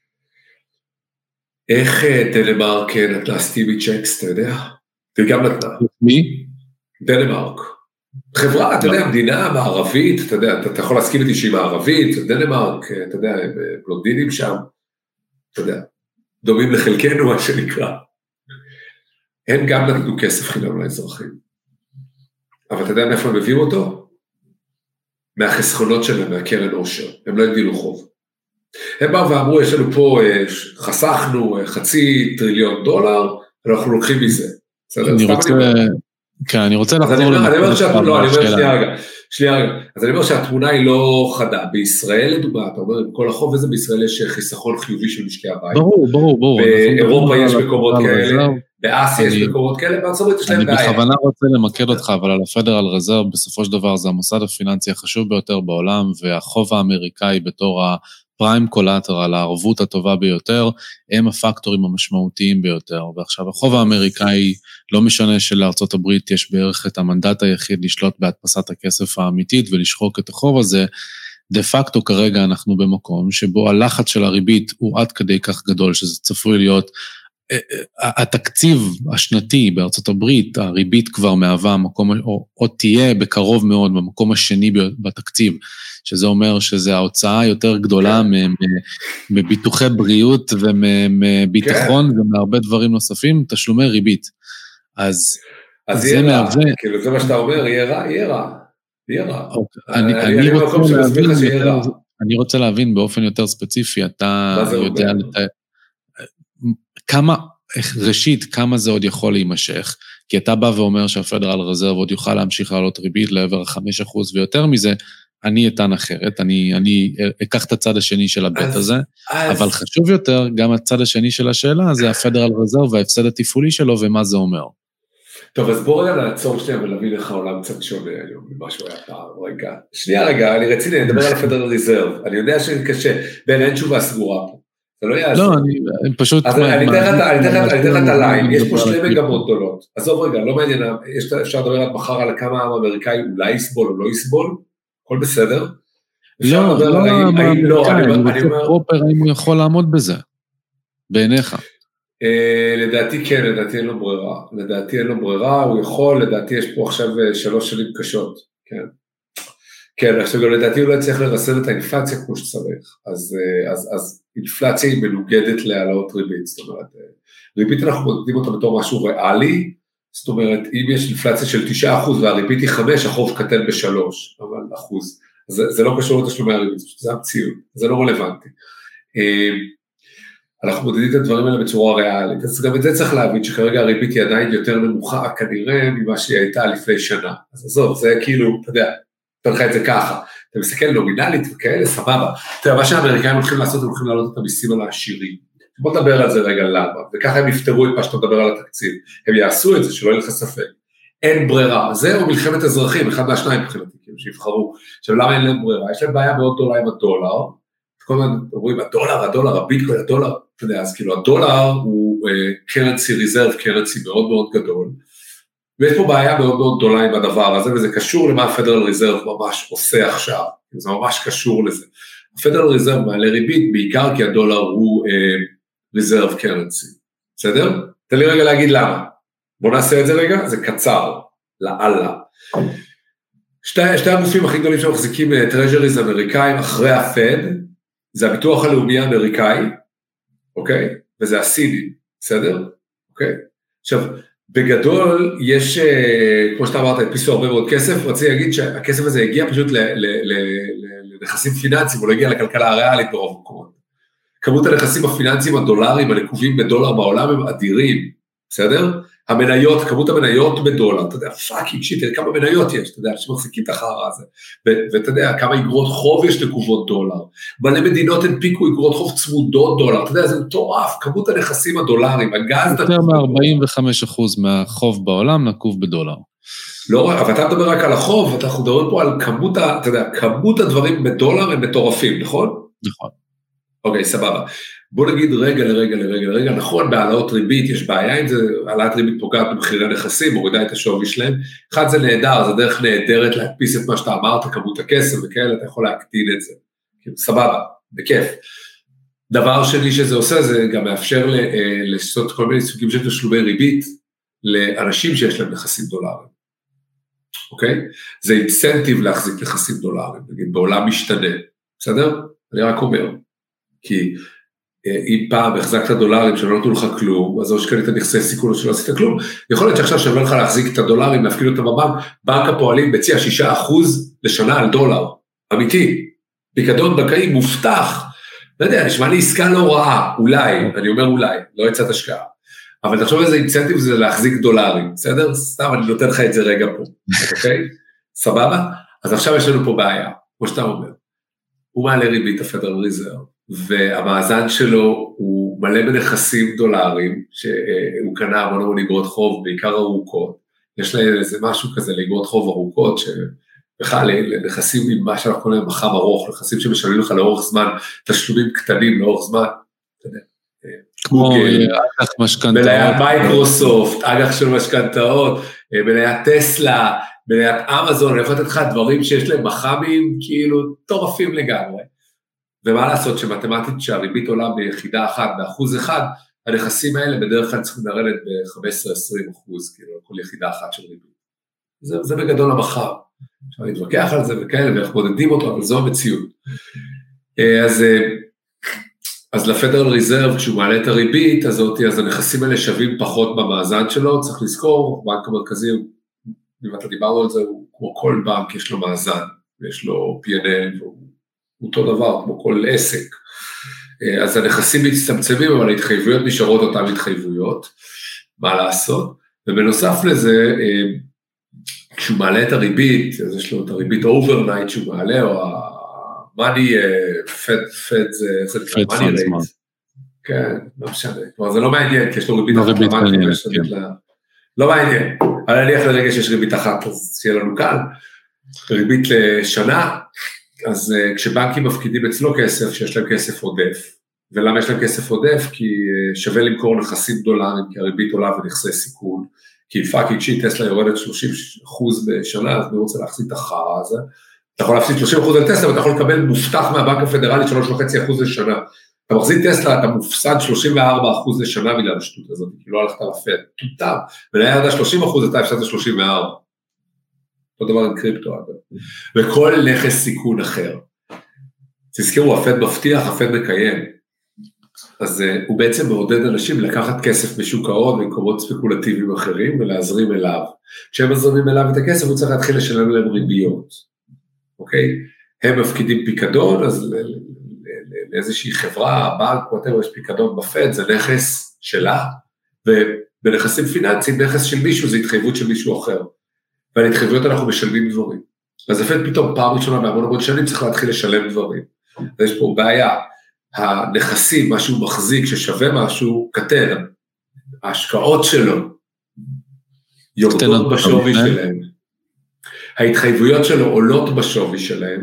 איך דנמרק נתנה סטימי צ'קס, אתה יודע? וגם נתנה. מי? דנמרק. חברה, אתה יודע, מדינה מערבית, אתה יודע, אתה יכול להסכים איתי שהיא מערבית, דנמרק, אתה יודע, הם בלונדינים שם, אתה יודע, דומים לחלקנו, מה שנקרא. הם גם נתנו כסף חינם לאזרחים. אבל אתה יודע מאיפה הם הביאו אותו? מהחסכונות שלהם, מהקרן עושר. הם לא הגדילו חוב. הם באו ואמרו, יש לנו פה, חסכנו חצי טריליון דולר, אנחנו לוקחים מזה. אני רוצה, כן, אני רוצה לחזור למקום. אני אומר שהתמונה, לא, אני אומר שנייה רגע, שנייה רגע, אז אני אומר שהתמונה היא לא חדה, בישראל לדוגמה, אתה אומר, בכל החוב הזה בישראל יש חיסכון חיובי של משקי הבית. ברור, ברור, ברור. באירופה יש מקומות כאלה, באסיה יש מקומות כאלה, בארצות הברית יש להם בעיה. אני בכוונה רוצה למקד אותך, אבל על הפדרל רזרב, בסופו של דבר זה המוסד הפיננסי החשוב ביותר בעולם, והחוב האמריקאי בתור הפריים קולטרל, הערבות הטובה ביותר, הם הפקטורים המשמעותיים ביותר. ועכשיו, החוב האמריקאי, לא משנה שלארצות הברית יש בערך את המנדט היחיד לשלוט בהדפסת הכסף האמיתית ולשחוק את החוב הזה, דה פקטו כרגע אנחנו במקום שבו הלחץ של הריבית הוא עד כדי כך גדול, שזה צפוי להיות התקציב השנתי בארצות הברית, הריבית כבר מהווה מקום, או, או תהיה בקרוב מאוד במקום השני בתקציב, שזה אומר שזה ההוצאה יותר גדולה מביטוחי בריאות ומביטחון ומהרבה דברים נוספים, תשלומי ריבית. אז אז יהיה רע, כאילו זה מה שאתה אומר, יהיה רע, יהיה רע, יהיה רע. אני רוצה להבין באופן יותר ספציפי, אתה יודע כמה, ראשית, כמה זה עוד יכול להימשך, כי אתה בא ואומר שהפדרל רזרב עוד יוכל להמשיך לעלות ריבית לעבר ה-חמישה אחוז ויותר מזה, אני אתן אחרת, אני, אני אקח את הצד השני של הבית הזה, אז... אבל חשוב יותר, גם הצד השני של השאלה, זה הפדרל רזרב וההפסד התפעולי שלו ומה זה אומר. טוב, אז בוא רגע לעצור שנייה ולהביא לך עולם קצת שונה היום, ממה שהוא היה פעם, רגע. שנייה רגע, אני רציני, אני אדבר על הפדרל רזרב, אני יודע שזה קשה, בין אין תשובה סגורה פה. לא, אני פשוט... אז אני אתן לך את הליין, יש פה שני מגמות גדולות, עזוב רגע, לא מעניין, אפשר לדבר עד מחר על כמה העם האמריקאי אולי יסבול או לא יסבול, הכל בסדר? לא, לא, אני רוצה פרופר, האם הוא יכול לעמוד בזה, בעיניך. לדעתי כן, לדעתי אין לו ברירה, לדעתי אין לו ברירה, הוא יכול, לדעתי יש פה עכשיו שלוש שנים קשות, כן. כן, עכשיו גם לדעתי הוא לא צריך לרסן את האינפלציה כמו שצריך, אז, אז, אז אינפלציה היא מנוגדת להעלאות ריבית, זאת אומרת, ריבית אנחנו מודדים אותה בתור משהו ריאלי, זאת אומרת, אם יש אינפלציה של תשעה אחוז והריבית היא חמש, החוב קטן בשלוש, אבל אחוז, זה, זה לא קשור לתשלומי הריבית, זה המציאות, זה לא רלוונטי. אנחנו מודדים את הדברים האלה בצורה ריאלית, אז גם את זה צריך להבין שכרגע הריבית היא עדיין יותר נמוכה כנראה ממה שהיא הייתה לפני שנה, אז עזוב, זה כאילו, אתה יודע, אתה לך את זה ככה, אתה מסתכל נומינלית וכאלה, סבבה. אתה יודע, מה שהאמריקאים הולכים לעשות, הם הולכים להעלות את המיסים על העשירים. בוא נדבר על זה רגע למה, וככה הם יפתרו את מה שאתה מדבר על התקציב. הם יעשו את זה, שלא יהיה לך ספק. אין ברירה, זה או מלחמת אזרחים, אחד מהשניים מבחינתי, כאילו שיבחרו. עכשיו, למה אין להם ברירה? יש להם בעיה מאוד גדולה עם הדולר, כל הזמן אומרים, הדולר, הדולר, הביטקוין, הדולר, אתה יודע, אז כאילו, הדולר הוא currency reserve, currency מאוד מאוד גדול, ויש פה בעיה מאוד מאוד גדולה עם הדבר הזה, וזה קשור למה הפדרל ריזרב ממש עושה עכשיו, זה ממש קשור לזה. הפדרל ריזרב מעלה ריבית, בעיקר כי הדולר הוא ריזרב קרנסי, בסדר? תן לי רגע להגיד למה. בוא נעשה את זה רגע, זה קצר, לאללה. שתי, שתי הגופים הכי גדולים שמחזיקים טרז'ריז אמריקאים אחרי הפד, זה הביטוח הלאומי האמריקאי, אוקיי? וזה הסינים, בסדר? אוקיי? עכשיו, בגדול יש, כמו שאתה אמרת, הדפיסו הרבה מאוד כסף, רציתי להגיד שהכסף הזה הגיע פשוט לנכסים פיננסיים, הוא לא הגיע לכלכלה הריאלית ברוב מקומות. כמות הנכסים הפיננסיים הדולרים, הנקובים בדולר בעולם הם אדירים, בסדר? המניות, כמות המניות בדולר, אתה יודע, פאקינג שיט, כמה מניות יש, אתה יודע, שמחזיקים את החרא הזה, ואתה יודע, כמה אגרות חוב יש נקובות דולר, מלא מדינות הנפיקו אגרות חוב צמודות דולר, אתה יודע, זה מטורף, כמות הנכסים הדולרים, הגז... יותר מ-ארבעים וחמישה אחוז מהחוב בעולם נקוב בדולר. לא, אבל אתה מדבר רק על החוב, אנחנו מדברים פה על כמות, אתה יודע, כמות הדברים בדולר הם מטורפים, נכון? נכון. אוקיי, סבבה. בוא נגיד רגע לרגע לרגע לרגע, נכון, בהעלאות ריבית יש בעיה עם זה, העלאת ריבית פוגעת במחירי נכסים, מורידה את השווי שלהם, אחד זה נהדר, זה דרך נהדרת להדפיס את מה שאתה אמרת, כמות הכסף וכאלה, אתה יכול להקטין את זה, כאילו, סבבה, בכיף. דבר שני שזה עושה, זה גם מאפשר לעשות כל מיני סוגים של תשלומי ריבית, לאנשים שיש להם נכסים דולרים, אוקיי? זה אינסנטיב להחזיק נכסים דולרים, נגיד, בעולם משתנה, בסדר? אני רק אומר, כי אם פעם החזקת דולרים שלא נתנו לך כלום, אז או שקנית נכסי סיכון או שלא עשית כלום, יכול להיות שעכשיו שווה לך להחזיק את הדולרים, להפקיד אותם בבנק, בנק הפועלים מציע שישה אחוז לשנה על דולר, אמיתי, פיקדון בנקאי מובטח, לא יודע, נשמע לי עסקה לא רעה, אולי, אני אומר אולי, לא יצאת השקעה, אבל תחשוב איזה אינסנטיב זה להחזיק דולרים, בסדר? סתם אני נותן לך את זה רגע פה, אוקיי? סבבה? אז עכשיו יש לנו פה בעיה, כמו שאתה אומר. הוא מעלה ריבית הפדרל ריזרב, והמאזן שלו הוא מלא בנכסים דולרים, שהוא קנה המון המון אגרות חוב, בעיקר ארוכות, יש להם איזה משהו כזה לאגרות חוב ארוכות, שבכלל לנכסים עם מה שאנחנו קוראים מחם ארוך, נכסים שמשלמים לך לאורך זמן, תשלומים קטנים לאורך זמן, אתה יודע, כמו אג"ח משכנתאות. מניית מייקרוסופט, אג"ח של משכנתאות, מניית טסלה, מניית אמזון, אני יכול לתת לך דברים שיש להם מחמים כאילו טורפים לגמרי. ומה לעשות שמתמטית שהריבית עולה ביחידה אחת, באחוז אחד, הנכסים האלה בדרך כלל צריכים לרדת ב-חמש עשרה עד עשרים אחוז, כאילו, כל יחידה אחת של ריבית. זה, זה בגדול המחר. אפשר להתווכח על זה וכאלה, ואיך מודדים אותו, אבל זו המציאות. אז... אז לפדרל ריזרב, כשהוא מעלה את הריבית הזאת, אז הנכסים האלה שווים פחות במאזן שלו, צריך לזכור, בנק המרכזי, אם אתה דיברנו על זה, הוא, כמו כל בנק יש לו מאזן, ויש לו פי אן אל, הוא אותו דבר, כמו כל עסק. אז הנכסים מצטמצמים, אבל ההתחייבויות נשארות אותן התחייבויות, מה לעשות? ובנוסף לזה, כשהוא מעלה את הריבית, אז יש לו את הריבית אוברנייט שהוא מעלה, או ה... money, fed, fed, זה נקרא, money rate. כן, לא משנה. כלומר, זה לא מעניין, כי יש לו ריבית אחת. לא מעניין. אבל אני איך לרגע שיש ריבית אחת, אז שיהיה לנו קל. ריבית לשנה, אז כשבנקים מפקידים אצלו כסף, שיש להם כסף עודף. ולמה יש להם כסף עודף? כי שווה למכור נכסים דולרים, כי הריבית עולה ונכסי סיכון. כי פאקינג כשהיא טסלה יורדת שלושים אחוז בשנה, אז אני רוצה להחזיק את החרא הזה. אתה יכול להפסיד שלושים אחוז על טסלה, ואתה יכול לקבל מובטח מהבנק הפדרלי שלוש נקודה חמש אחוז לשנה. אתה מחזיק טסלה, אתה מופסד שלושים וארבעה אחוז לשנה בגלל השטות הזאת, כי לא הלכת לפד, טוטם, וליד ה-שלושים אחוז אתה הפסדת שלושים וארבע. אותו דבר עם קריפטו, אגב. וכל נכס סיכון אחר. תזכרו, הפד מבטיח, הפד מקיים. אז uh, הוא בעצם מעודד אנשים לקחת כסף בשוק ההון, במקומות ספקולטיביים אחרים, ולהזרים אליו. כשהם מזרימים אליו את הכסף, הוא צריך להתחיל לשלם להם ריביות. אוקיי? הם מפקידים פיקדון, אז לאיזושהי חברה, בנק, whatever, יש פיקדון בפד, זה נכס שלה, ובנכסים פיננסיים, נכס של מישהו, זה התחייבות של מישהו אחר. ועל התחייבויות אנחנו משלמים דברים. אז הפד פתאום פעם ראשונה, בהמון המון שנים, צריך להתחיל לשלם דברים. ויש פה בעיה, הנכסים, מה שהוא מחזיק, ששווה משהו, קטן, ההשקעות שלו, יורדות בשווי שלהם. ההתחייבויות שלו עולות בשווי שלהם,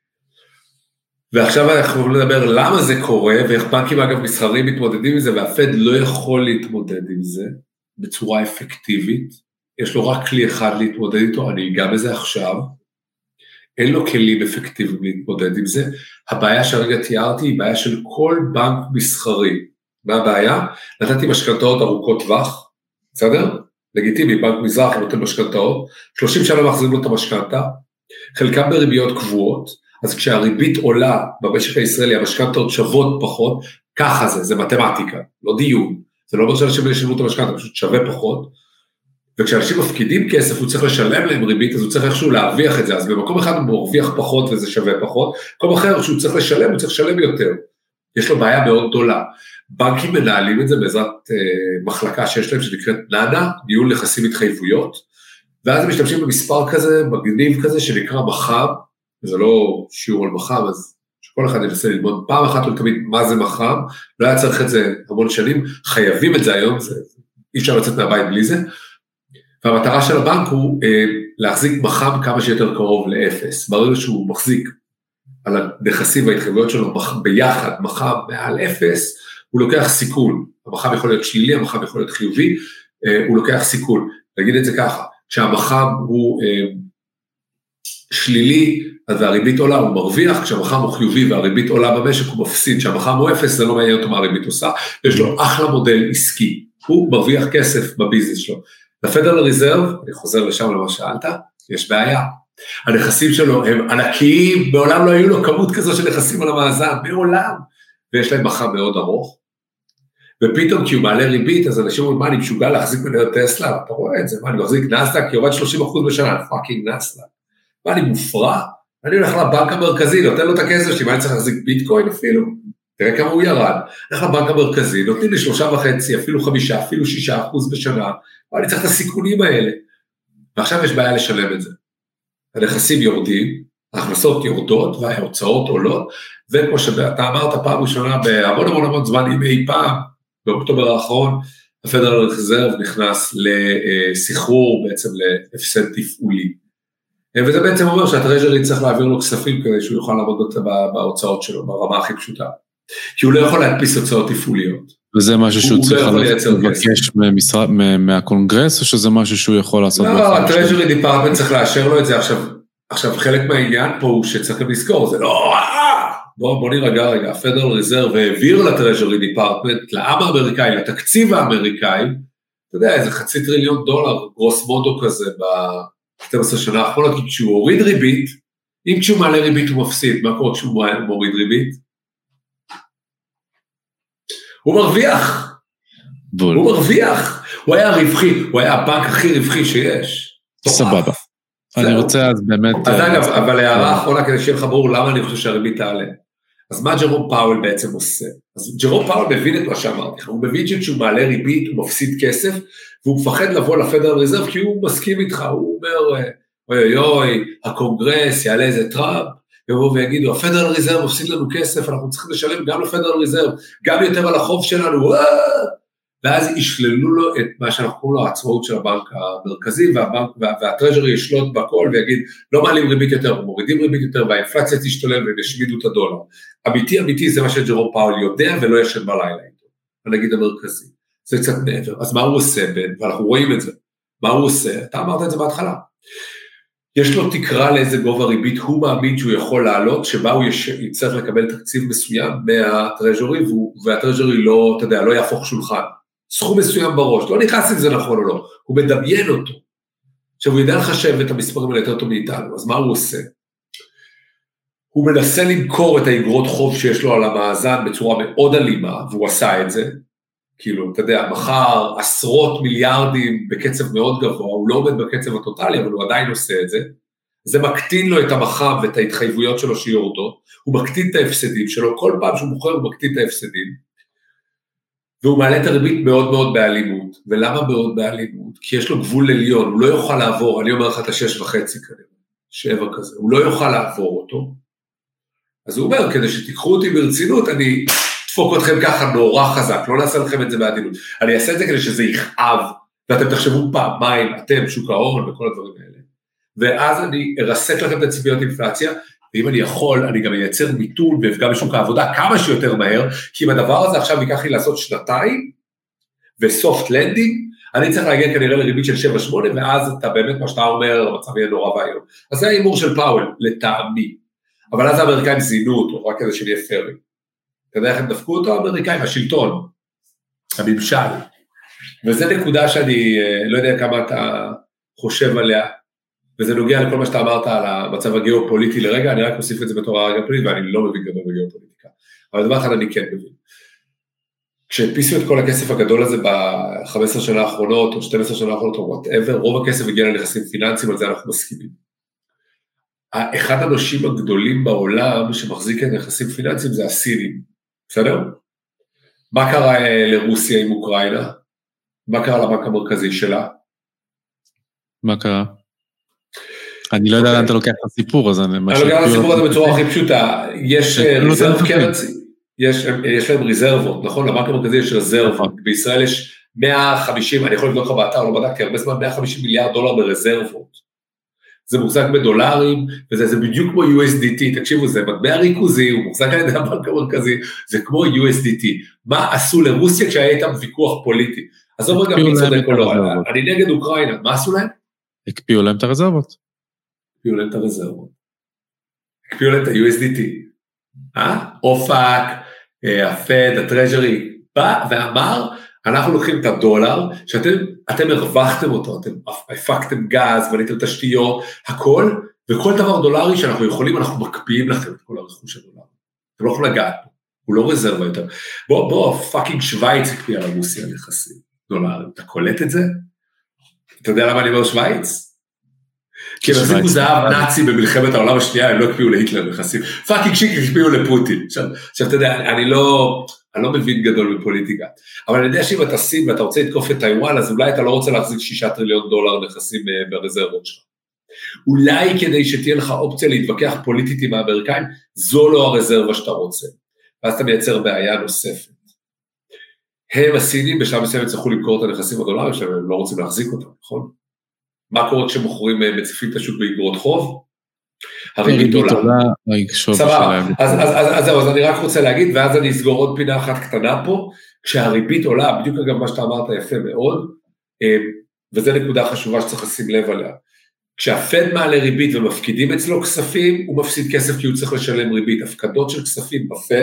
ועכשיו אנחנו יכולים לדבר למה זה קורה, ואיך בנקים אגב מסחרים מתמודדים עם זה, והפד לא יכול להתמודד עם זה, בצורה אפקטיבית, יש לו רק כלי אחד להתמודד איתו, אני אגע בזה עכשיו, אין לו כלים אפקטיביים להתמודד עם זה, הבעיה שהרגע תיארתי היא בעיה של כל בנק מסחרי, מה הבעיה? נתתי משכנתאות ארוכות טווח, בסדר? לגיטימי, בנק מזרח נותן משכנתאות, שלושים שנה מחזירים לו את המשכנתה, חלקם בריביות קבועות, אז כשהריבית עולה במשק הישראלי, המשכנתאות שוות פחות, ככה זה, זה מתמטיקה, לא דיון, זה לא אומר שאנשים ישלמו את המשכנתה, פשוט שווה פחות, וכשאנשים מפקידים כסף, הוא צריך לשלם להם ריבית, אז הוא צריך איכשהו להרוויח את זה, אז במקום אחד הוא מרוויח פחות וזה שווה פחות, במקום אחר שהוא צריך לשלם, הוא צריך לשלם יותר, יש לו בעיה מאוד גדולה, בנקים מנהלים את זה בעזרת אה, מחלקה שיש להם, שנקראת נאנה, ניהול נכסים התחייבויות, ואז הם משתמשים במספר כזה, מגניב כזה, שנקרא מח"מ, וזה לא שיעור על מח"מ, אז שכל אחד ינסה ללמוד פעם אחת ולתמיד מה זה מח"מ, לא היה צריך את זה המון שנים, חייבים את זה היום, זה, אי אפשר לצאת מהבית בלי זה, והמטרה של הבנק הוא אה, להחזיק מח"מ כמה שיותר קרוב לאפס, ברגע שהוא מחזיק על הנכסים וההתחייבויות שלו ביחד, מח"מ מעל אפס, הוא לוקח סיכון, המח"מ יכול להיות שלילי, המח"מ יכול להיות חיובי, אה, הוא לוקח סיכון, נגיד את זה ככה, כשהמח"מ הוא אה, שלילי, אז הריבית עולה, הוא מרוויח, כשהמח"מ הוא חיובי והריבית עולה במשק, הוא מפסיד, כשהמח"מ הוא אפס, זה לא מעניין אותו מה הריבית עושה, יש לו אחלה מודל עסקי, הוא מרוויח כסף בביזנס שלו. לפדרל ריזרב, אני חוזר לשם למה שאלת, יש בעיה. הנכסים שלו הם ענקיים, בעולם לא היו לו כמות כזו של נכסים על המאזן, בעולם, ויש להם מח"מ מאוד ארוך, ופתאום כי הוא מעלה ריבית, אז אנשים אומרים, מה, אני משוגע להחזיק מניות טסלה, אתה רואה את זה, מה, אני מחזיק נסדק, כי יורד שלושים אחוז בשנה, פאקינג נסדק, מה, אני מופרע? אני הולך לבנק המרכזי, נותן לו את הכסף שלי, מה אני צריך להחזיק ביטקוין אפילו? תראה כמה הוא ירד, איך הבנק המרכזי, נותנים לי שלושה וחצי, אפילו חמישה, אפילו שישה אחוז בשנה, אבל אני צריך את הסיכונים האלה, ועכשיו יש בעיה לשלם את זה. הנכסים יורדים, ההכנסות יורדות, וההוצאות עולות, וכמו שאתה אמרת פעם ראשונה, בהמון המון המון זמן, אם אי פעם, באוקטובר האחרון, הפדרל רזרב נכנס לסחרור, בעצם להפסד תפעולי. וזה בעצם אומר שהטרז'רי צריך להעביר לו כספים, כדי שהוא יוכל לעמוד בהוצאות שלו, ברמה הכי פשוטה. כי הוא לא יכול להדפיס הוצאות תפעוליות. וזה משהו שהוא צריך לבקש מהקונגרס, או שזה משהו שהוא יכול לעשות? לא, הטרז'רי דיפרטמנט צריך לאשר לו את זה. עכשיו, חלק מהעניין פה הוא שצריך לזכור, זה לא, בוא נירגע רגע, הפדרל רזרב העביר לטרז'רי דיפרטמנט, לעם האמריקאי, לתקציב האמריקאי, אתה יודע, איזה חצי טריליון דולר, גרוס מודו כזה, ב-שתים עשרה שנה האחרונות, כי כשהוא הוריד ריבית, אם כשהוא מעלה ריבית הוא מפסיד, מה קורה כשהוא מוריד ריבית? הוא מרוויח, הוא מרוויח, הוא היה רווחי, הוא היה הבנק הכי רווחי שיש. סבבה. אני רוצה אז באמת... אז אגב, אבל הערה האחרונה כדי שיהיה לך ברור למה אני חושב שהריבית תעלה. אז מה ג'רום פאוול בעצם עושה? אז ג'רום פאוול מבין את מה שאמרתי, הוא מבין שכשהוא מעלה ריבית הוא מפסיד כסף, והוא מפחד לבוא לפדרל רזרב כי הוא מסכים איתך, הוא אומר, אוי אוי אוי, הקונגרס יעלה איזה טראמפ, יבואו ויגידו, הפדרל רזרב מפסיד לנו כסף, אנחנו צריכים לשלם גם לפדרל רזרב, גם יותר על החוב שלנו, ואז ישללו לו את מה שאנחנו קוראים לו, העצמאות של הבנק המרכזי, והטרז'רי ישלוט בכל ויגיד, לא מעלים ריבית יותר, מורידים ריבית יותר, והאינפלציה תשתולל והם ישמידו את הדולר. אמיתי אמיתי זה מה שג'רום פאוול יודע, ולא ישן בלילה איתו, הנגיד המרכזי. זה קצת מעבר. אז מה הוא עושה, ואנחנו רואים את זה, מה הוא עושה? אתה אמרת את זה בהתחלה. יש לו תקרה לאיזה גובה ריבית, הוא מאמין שהוא יכול לעלות, שבה הוא יצטרך לקבל תקציב מסוים מהטרז'רי, והטרז'רי לא, אתה יודע, לא יהפוך שולחן. סכום מסוים בראש, לא נכנס אם זה נכון או לא, הוא מדמיין אותו. עכשיו הוא יודע לחשב את המספרים האלה יותר טוב מאיתנו, אז מה הוא עושה? הוא מנסה למכור את האגרות חוב שיש לו על המאזן בצורה מאוד אלימה, והוא עשה את זה, כאילו, אתה יודע, מחר עשרות מיליארדים בקצב מאוד גבוה, הוא לא עומד בקצב הטוטלי, אבל הוא עדיין עושה את זה, זה מקטין לו את המחב ואת ההתחייבויות שלו שיורדות, הוא מקטין את ההפסדים שלו, כל פעם שהוא מוכר הוא מקטין את ההפסדים, והוא מעלה את הריבית מאוד מאוד באלימות, ולמה מאוד באלימות? כי יש לו גבול עליון, הוא לא יוכל לעבור, אני אומר לך את השש וחצי כנראה, שבע כזה, הוא לא יוכל לעבור אותו, אז הוא אומר, כדי שתיקחו אותי ברצינות, אני אדפוק אתכם ככה נורא חזק, לא נעשה לכם את זה בעדינות, אני אעשה את זה כדי שזה יכאב, ואתם תחשבו פעמיים, אתם, שוק ההון וכל הדברים האלה, ואז אני ארסק לכם את הציפיות אינפלציה, ואם אני יכול, אני גם אייצר מיתון ואפגע בשוק העבודה כמה שיותר מהר, כי אם הדבר הזה עכשיו ייקח לי לעשות שנתיים, וסופט לנדינג, אני צריך להגיע כנראה לריבית של שבע שמונה, ואז אתה באמת, מה שאתה אומר, המצב יהיה נורא והיום. אז זה האימור של פאוול, לטעמי. אבל אז האמריקאים זינו אותו, רק כדי שנהיה פרי. אתה יודע איך הם דפקו אותו, האמריקאים? השלטון, הממשל. וזה נקודה שאני לא יודע כמה אתה חושב עליה, וזה נוגע לכל מה שאתה אמרת על המצב הגיאופוליטי לרגע, אני רק אוסיף את זה בתור הרגע פוליטי, ואני לא מבין גדול בגיאופוליטיקה. אבל דבר אחד אני כן מבין. כשהדפיסו את כל הכסף הגדול הזה ב-חמש עשרה שנה האחרונות, או שתים עשרה שנה האחרונות, או whatever, רוב הכסף הגיע לנכסים פיננסיים, על זה אנחנו מסכימים. אחד הנושים הגדולים בעולם שמחזיק את נכסים פיננסיים זה הסינים, בסדר? מה קרה לרוסיה עם אוקראינה? מה קרה לבנק המרכזי שלה? מה קרה? אני לא יודע לאן אתה לוקח את הסיפור הזה. אני לוקח את הסיפור הזה בצורה הכי פשוטה, יש ריזרב קרנסי, יש להם ריזרבות, נכון? לבנק המרכזי יש רזרבות, בישראל יש מאה וחמישים, אני יכול לבדוק לך באתר, לא בדקתי, הרבה זמן מאה וחמישים מיליארד דולר ברזרבות, זה מוחזק בדולרים, וזה בדיוק כמו יו אס די טי, תקשיבו, זה מטבע ריכוזי, הוא מוחזק על ידי הבנק המרכזי, זה כמו יו אס די טי, מה עשו לרוסיה כשהיה איתם ויכוח פוליטי, אז אומר גם מי צודק או לא, אני נגד אוקראינה, מה עשו להם? הקפיאו להם את הרזרבות. הקפיאו להם את הרזרבות. הקפיאו להם את ה-יו אס די טי. אה? אופק, הפד, הטרז'רי, בא ואמר, אנחנו לוקחים את הדולר, שאתם אתם הרווחתם אותו, אתם הפקתם גז, בניתם תשתיות, הכל, וכל דבר דולרי שאנחנו יכולים, אנחנו מקפיאים לכם את כל הרכוש הדולר. אתם לא יכולים לגעת פה, הוא לא רזרבה יותר. בוא, בוא, פאקינג שוויץ הקפיאה לרוסיה נכסים דולרים. אתה קולט את זה? אתה יודע למה אני אומר שוויץ? כי הם החזיקו זהב נאצי במלחמת העולם השנייה, הם לא הקפיאו להיטלר נכסים, פאקינג שיק הקפיאו לפוטין. עכשיו אתה יודע, אני לא, אני לא מבין גדול בפוליטיקה, אבל אני יודע שאם אתה שים ואתה רוצה לתקוף את טיואן, אז אולי אתה לא רוצה להחזיק שישה טריליון דולר נכסים ברזרבות שלך. אולי כדי שתהיה לך אופציה להתווכח פוליטית עם האמריקאים, זו לא הרזרבה שאתה רוצה. ואז אתה מייצר בעיה נוספת. הם הסינים בשלב מסוים יצטרכו למכור את הנכסים הדולרים שלהם, הם לא רוצים להחזיק אותם, נכון? מה קורה כשמוכרים מציפים את השוק באגרות חוב? הריבית עולה. סבבה, אז זהו, אז אני רק רוצה להגיד, ואז אני אסגור עוד פינה אחת קטנה פה, כשהריבית עולה, בדיוק אגב מה שאתה אמרת יפה מאוד, וזו נקודה חשובה שצריך לשים לב עליה, כשהפד מעלה ריבית ומפקידים אצלו כספים, הוא מפסיד כסף כי הוא צריך לשלם ריבית, הפקדות של כספים בפד,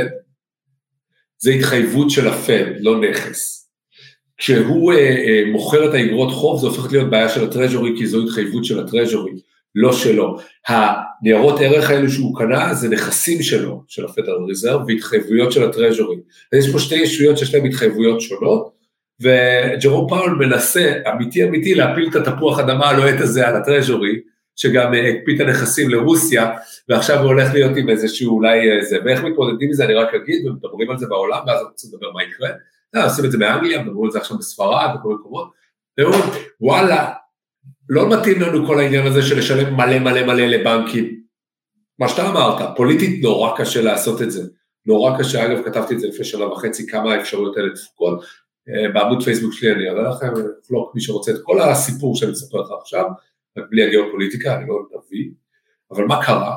זה התחייבות של הפד, לא נכס. כשהוא אה, אה, מוכר את האגרות חוב, זה הופך להיות בעיה של הטרז'ורי, כי זו התחייבות של הטרז'ורי, לא שלו. הניירות ערך האלו שהוא קנה, זה נכסים שלו, של הפדרל ריזרב, והתחייבויות של הטרז'ורי. יש פה שתי ישויות שיש להם התחייבויות שונות, וג'רום פאול מנסה, אמיתי אמיתי, להפיל את התפוח אדמה הלוהט הזה על הטרז'ורי, שגם הקפיא את הנכסים לרוסיה, ועכשיו הוא הולך להיות עם איזשהו אולי זה, ואיך מתמודדים מזה אני רק אגיד, ומדברים על זה בעולם, ואז אנחנו רוצים לדבר מה יקרה, עושים את זה באנגליה, מדברים על זה עכשיו בספרד, בכל מקומות, ואומרים, וואלה, לא מתאים לנו כל העניין הזה של לשלם מלא מלא מלא לבנקים, מה שאתה אמרת, פוליטית נורא קשה לעשות את זה, נורא קשה, אגב כתבתי את זה לפני שנה וחצי, כמה האפשרויות האלה דפוקות, בעמוד פייסבוק שלי אני אראה לכם, לא מי שרוצה את כל הסיפור שאני מספר לך עכשיו, בלי הגיאופוליטיקה, אני לא נביא, אבל מה קרה?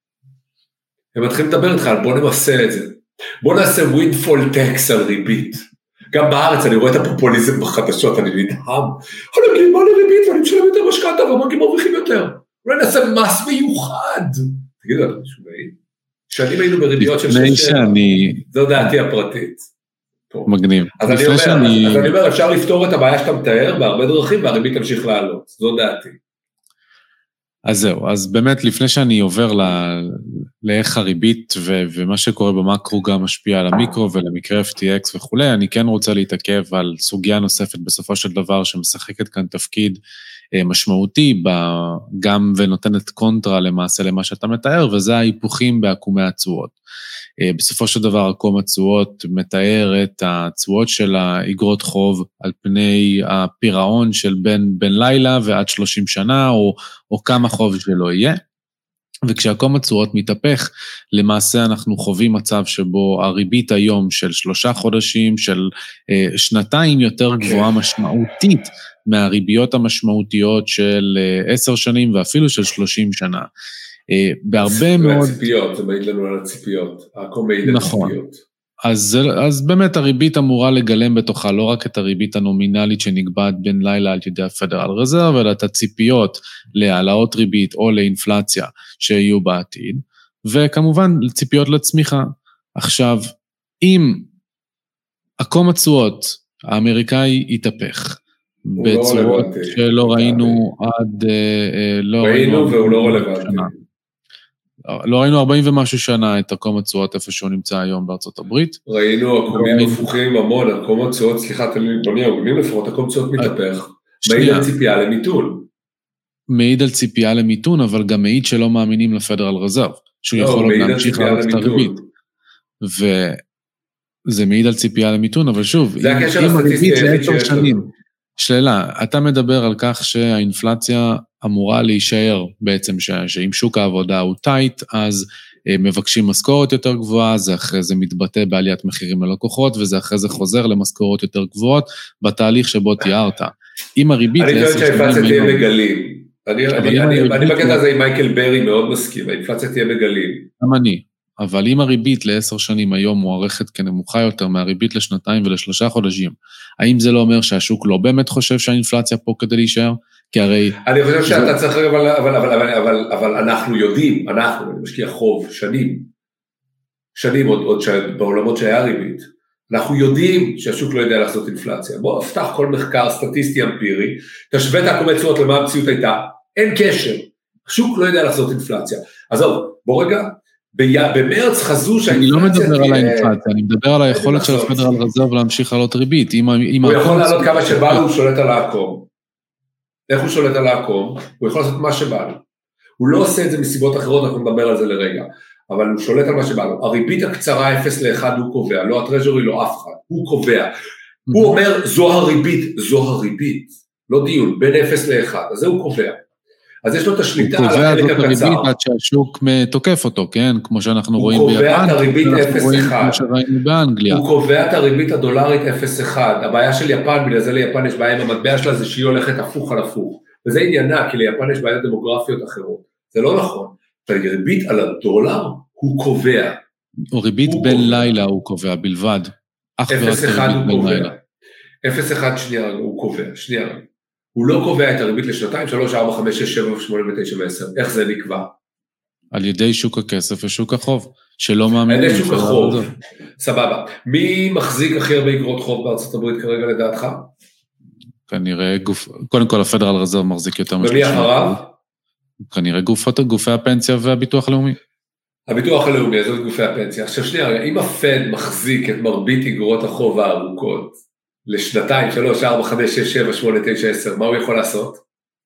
הם מתחילים לדבר איתך על בוא נמסה את זה, בוא נעשה windfall tax על ריבית, גם בארץ אני רואה את הפופוליזם בחדשות, אני נדהם, אני אגיד מה לריבית ואני משלם יותר משכנתא, והבנקים מרוויחים יותר, אולי נעשה מס מיוחד, תגידו, אני משוגעים, שנים היינו בריביות של שש, זו דעתי הפרטית. מגניב. אז אני אומר, שאני... אז אני אומר, אפשר לפתור את הבעיה שאתה מתאר בהרבה דרכים, והריבית תמשיך לעלות, זו דעתי. אז זהו, אז באמת לפני שאני עובר ל... לאיך הריבית ו... ומה שקורה במקרו גם משפיע על המיקרו ולמקרה אף טי אקס וכו', אני כן רוצה להתעכב על סוגיה נוספת בסופו של דבר שמשחקת כאן תפקיד משמעותי, גם ונותנת קונטרה למעשה למה שאתה מתאר, וזה ההיפוכים בעקומי התשואות. בסופו של דבר, עקום התשואות מתאר את התשואות של האגרות חוב על פני הפירעון של בין, בין לילה ועד שלושים שנה, או, או כמה חוב שלא יהיה. וכשעקום התשואות מתהפך, למעשה אנחנו חווים מצב שבו הריבית היום של שלושה חודשים, של אה, שנתיים יותר okay. גבוהה משמעותית, מהריביות המשמעותיות של עשר שנים ואפילו של שלושים שנה. בהרבה מאוד... הציפיות, זה מעיד לנו על הציפיות, העקום מעיד על הציפיות. אז, אז באמת הריבית אמורה לגלם בתוכה לא רק את הריבית הנומינלית שנקבעת בין לילה על ידי הפדרל רזרב, אלא את הציפיות להעלאות ריבית או לאינפלציה שיהיו בעתיד, וכמובן ציפיות לצמיחה. עכשיו, אם עקום התשואות האמריקאי יתהפך, בצורות שלא ראינו עד... ראינו והוא לא רלוונטי. לא ראינו ארבעים ומשהו שנה את עקום התשואות איפה שהוא נמצא היום בארצות הברית. ראינו עקומים הפוכים המון, עקום התשואות, סליחה, בוא נהיה עקומים לפחות, עקום התשואות מתהפך, מעיד על ציפייה למיתון. מעיד על ציפייה למיתון, אבל גם מעיד שלא מאמינים לפדרל רזרב, שהוא יכול להמשיך לעלות את הריבית. וזה מעיד על ציפייה למיתון, אבל שוב, זה הקשר הסטטיסטי היחיד שיש לנו. שאלה, אתה מדבר על כך שהאינפלציה אמורה להישאר בעצם, שאם שוק העבודה הוא טייט, אז מבקשים משכורת יותר גבוהה, זה אחרי זה מתבטא בעליית מחירים ללקוחות, וזה אחרי זה חוזר למשכורות יותר גבוהות, בתהליך שבו תיארת. אם הריבית... אני חושב שהאינפלציה תהיה בגלים. אני בקטע הזה עם מייקל ברי מאוד מסכים, האינפלציה תהיה בגלים. גם אני. אבל אם הריבית לעשר שנים היום מוערכת כנמוכה יותר מהריבית לשנתיים ולשלושה חודשים, האם זה לא אומר שהשוק לא באמת חושב שהאינפלציה פה כדי להישאר? כי הרי... אני חושב שאתה צריך, אבל, אבל, אבל, אבל, אבל, אבל אנחנו יודעים, אנחנו, אני משקיע חוב, שנים, שנים עוד, עוד בעולמות שהיה ריבית, אנחנו יודעים שהשוק לא יודע לעשות אינפלציה. בוא, פתח כל מחקר סטטיסטי אמפירי, תשווה את העקומי תשואות למה המציאות הייתה, אין קשר, השוק לא יודע לעשות אינפלציה. אז בוא רגע, במרץ חזו שהאינפלציה... אני לא מדבר על האינפלציה, אני מדבר על היכולת של הפדרל רזרב להמשיך לעלות ריבית. הוא יכול לעלות כמה שבא לו, הוא שולט על העקום. איך הוא שולט על העקום? הוא יכול לעשות מה שבא לו. הוא לא עושה את זה מסיבות אחרות, אנחנו נדבר על זה לרגע, אבל הוא שולט על מה שבא לו. הריבית הקצרה אפס לאחד הוא קובע, לא הטרז'רי, לא אף אחד, הוא קובע. הוא אומר, זו הריבית, זו הריבית, לא דיון, בין אפס לאחד, אז זה הוא קובע. אז יש לו את השליטה על החלק הקצר. הוא קובע זאת הריבית עד שהשוק תוקף אותו, כן? כמו שאנחנו רואים ביפן. הוא קובע את הריבית אפס אחד. כמו שראינו באנגליה. הוא קובע את הריבית הדולרית אפס אחד. הבעיה של יפן, בגלל זה ליפן יש בעיה עם המטבע שלה, זה שהיא הולכת הפוך על הפוך. וזה עניינה, כי ליפן יש בעיות דמוגרפיות אחרות. זה לא נכון. הריבית על הדולר הוא קובע. או ריבית בין לילה הוא קובע בלבד. אפס אחד הוא קובע. אפס אחד שנייה הוא קובע. שנייה. הוא לא קובע את הריבית לשנתיים, שלוש, ארבע, חמש, שש, שבע, שמונה, תשע ועשר. איך זה נקבע? על ידי שוק הכסף ושוק החוב, שלא מאמינים. על ידי שוק החוב, סבבה. מי מחזיק הכי הרבה אגרות חוב בארצות הברית כרגע לדעתך? כנראה גוף, קודם כל הפדרל רזרב מחזיק יותר משלושים. ומי אחריו? כנראה גופות, גופי הפנסיה והביטוח הלאומי. הביטוח הלאומי, זאת גופי הפנסיה. עכשיו שנייה, אם הפד מחזיק את מרבית אגרות החוב הארוכות, לשנתיים, שלוש, ארבע, חמש, שש, שבע, שמונה, תשע, עשר, מה הוא יכול לעשות?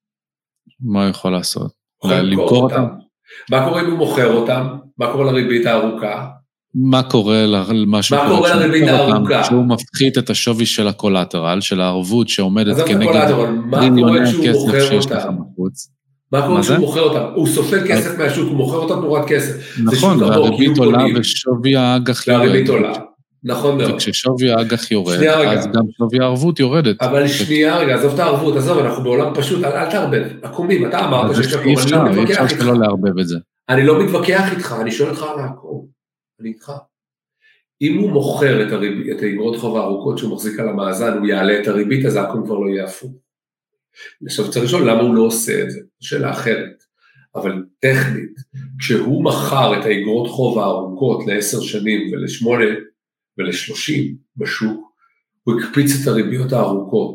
מה הוא יכול לעשות? למכור אותם. מה קורה אם הוא מוכר אותם? מה קורה לריבית הארוכה? מה קורה למשהו? מה קורה לריבית הארוכה? שהוא מפחית את השווי של הקולטרל, של הערבות שעומדת כנגד מיליוני כסף שיש לך בחוץ. מה קורה כשהוא מוכר אותם? הוא סופל כסף מהשוק, הוא מוכר אותם תמורת כסף. נכון, והריבית עולה ושווי האג"ח יורד. והריבית עולה. נכון מאוד. וכששווי האג"ח יורד, אז גם שווי הערבות יורדת. אבל שנייה רגע, עזוב את הערבות, עזוב, אנחנו בעולם פשוט, אל תערבב, עקומים, אתה אמרת שיש עקום, אני לא מתווכח איתך. לא לערבב את זה. אני לא מתווכח איתך, אני שואל אותך על העקום, אני איתך. אם הוא מוכר את האגרות חוב הארוכות שהוא מחזיק על המאזן, הוא יעלה את הריבית, אז העקום כבר לא יהיה הפוך. עכשיו צריך לשאול למה הוא לא עושה את זה, זו שאלה אחרת. אבל טכנית, כשהוא מכר את האגרות חוב הארוכות לעשר שנים ולשמונה ול-שלושים בשוק, הוא הקפיץ את הריביות הארוכות.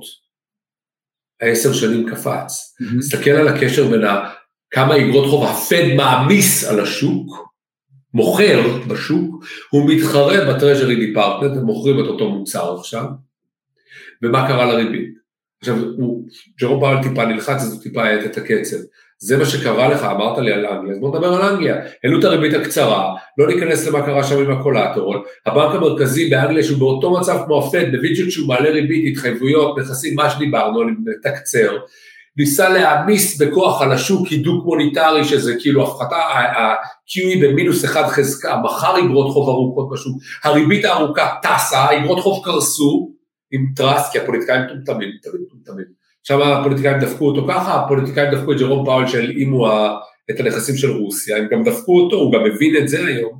העשר שנים קפץ. Mm-hmm. תסתכל על הקשר בין כמה אגרות חוב הפד מעמיס על השוק, מוכר בשוק, הוא מתחרה בטרז'רי דיפרטמנט, הם מוכרים את אותו מוצר עכשיו, ומה קרה לריבית? עכשיו, ג'רום פאוול טיפה נלחץ, אז הוא טיפה העט את הקצב. זה מה שקרה לך, אמרת לי על אנגליה, אז בוא נדבר על אנגליה. העלו את הריבית הקצרה, לא ניכנס למה קרה שם עם הקולטרול, הבנק המרכזי באנגליה שהוא באותו מצב כמו הפד, בווידג'ט שהוא מעלה ריבית, התחייבויות, נכסים, מה שדיברנו, לתקצר, ניסה להעמיס בכוח על השוק הידוק מוניטרי, שזה כאילו הפחתה, ה-קיו אי במינוס אחד חזקה, מחר אגרות חוב ארוכות בשוק, הריבית הארוכה טסה, אגרות חוב קרסו, עם טרסט, כי הפוליטיקאים תומתמים, תומתמים. שם הפוליטיקאים דפקו אותו ככה, הפוליטיקאים דפקו את ג'רום פאוול שהלאימו את הנכסים של רוסיה, הם גם דפקו אותו, הוא גם מבין את זה היום,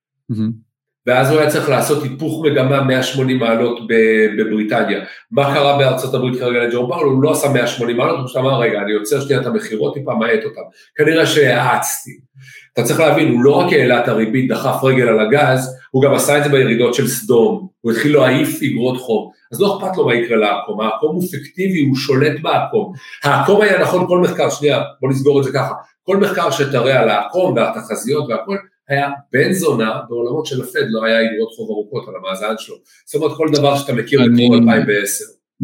ואז הוא היה צריך לעשות היפוך מגמה מאה ושמונים מעלות בבריטניה. מה קרה בארצות הברית כרגע לג'רום פאוול? הוא לא עשה מאה ושמונים מעלות, הוא שאתה אמר, רגע, אני יוצר שנייה את המחירות, טיפה מעט אותם. כנראה שהעצתי. אתה צריך להבין, הוא לא רק העלה את הריבית, דחף רגל על הגז, הוא גם עשה את זה בירידות של סדום, הוא התחיל להעיף אגרות חוב. אז לא אכפת לו מה יקרה לעקום, העקום הוא פיקטיבי, הוא שולט בעקום. העקום היה נכון כל מחקר, שנייה, בוא נסגור את זה ככה, כל מחקר שתראה על העקום והתחזיות והכל, היה בן זונה בעולמות של הפד, לא היה אגרות חוב ארוכות על המאזן שלו. זאת אומרת, כל דבר שאתה מכיר בתחום אלפיים ועשר.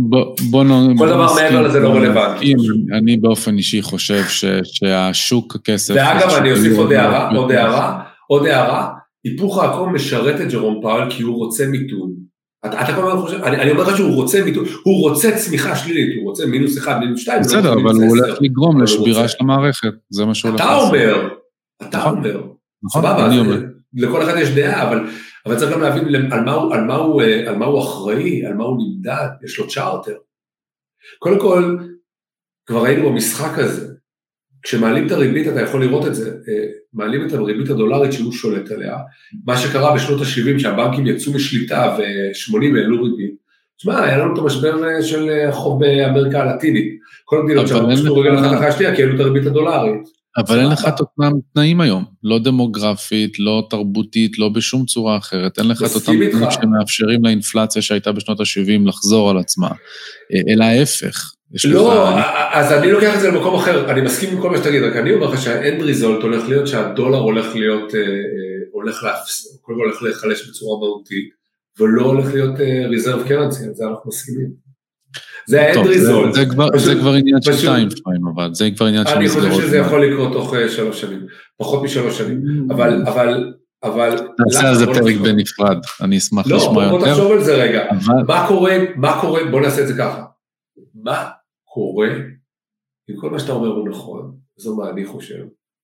כל דבר מעבר לזה לא רלוונטי. אני באופן אישי חושב שהשוק הכסף... ואגב, אני אוסיף עוד הערה, עוד הערה, עוד הערה, היפוך העקום משרת את ג'רום פאוול כי הוא רוצה מיתון. אתה כל הזמן חושב, אני אומר לך שהוא רוצה מיתון, הוא רוצה צמיחה שלילית, הוא רוצה מינוס אחד, מינוס שתיים. בסדר, אבל הוא הולך לגרום לשבירה של המערכת, זה מה שהוא הולך לעשות. אתה אומר, אתה אומר, סבבה, לכל אחד יש דעה, אבל, אבל צריך גם להבין על מה הוא, על מה הוא, על מה הוא אחראי, על מה הוא נמדד, יש לו צ'ארטר. קודם כל, כבר ראינו במשחק הזה, כשמעלים את הריבית, אתה יכול לראות את זה, מעלים את הריבית הדולרית שהוא שולט עליה, מה שקרה בשנות ה-שבעים, שהבנקים יצאו משליטה ו-שמונים העלו ריבית, תשמע, היה לנו את המשבר של חוב באמריקה הלטינית, כל המדינות שאנחנו פשוט רגע אחת אחת השנייה, כי העלו את הריבית הדולרית. אבל אין לך את אותם תנאים היום, לא דמוגרפית, לא תרבותית, לא בשום צורה אחרת, אין לך את אותם תנאים שמאפשרים לאינפלציה שהייתה בשנות ה-שבעים לחזור על עצמה, אלא ההפך. לא, אז אני לוקח את זה למקום אחר, אני מסכים עם כל מה שתגיד, רק אני אומר לך שהאנד ריזולט הולך להיות, שהדולר הולך להיות, הולך להפס, כל הולך להיחלש בצורה מהותית, ולא הולך להיות ריזרב קרנסי, על זה אנחנו מסכימים. זה האנד ריזולט. זה כבר עניין של טיים פריים, אבל זה כבר עניין של מסגרות. אני חושב שזה יכול לקרות תוך שלוש שנים, פחות משלוש שנים, אבל, אבל, אבל... נעשה על זה פרק בנפרד, אני אשמח לשמוע יותר. לא, בוא תחשוב על זה רגע, מה קורה, מה קורה, בוא נעשה את זה ככה, מה קורה, אם כל מה שאתה אומר הוא נכון, זו מה אני חושב,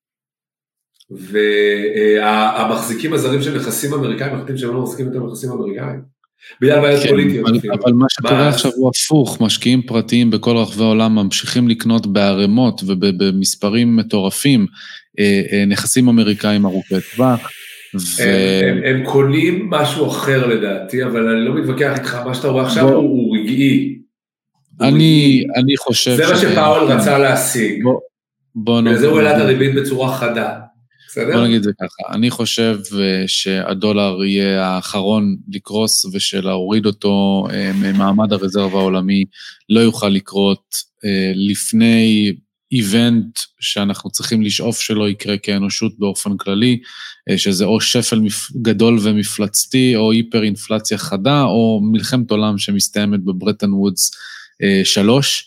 והמחזיקים הזרים של נכסים אמריקאים, מחליטים שהם לא מחזיקים יותר נכסים אמריקאים, בגלל בעיות פוליטיות. אבל מה שקורה עכשיו הוא הפוך, משקיעים פרטיים בכל רחבי העולם, ממשיכים לקנות בערימות ובמספרים מטורפים, נכסים אמריקאים ארוכי טווח. הם קונים משהו אחר לדעתי, אבל אני לא מתווכח איתך, מה שאתה רואה עכשיו הוא רגעי. אני חושב... זה מה שפאול רצה להשיג. וזה הוא העלה את הריבית בצורה חדה. בוא נגיד זה ככה, אני חושב שהדולר יהיה האחרון לקרוס ושלהוריד אותו ממעמד הרזרבה העולמי לא יוכל לקרות לפני איבנט שאנחנו צריכים לשאוף שלא יקרה כאנושות באופן כללי, שזה או שפל גדול ומפלצתי או היפר אינפלציה חדה או מלחמת עולם שמסתיימת בברטון וודס שלוש,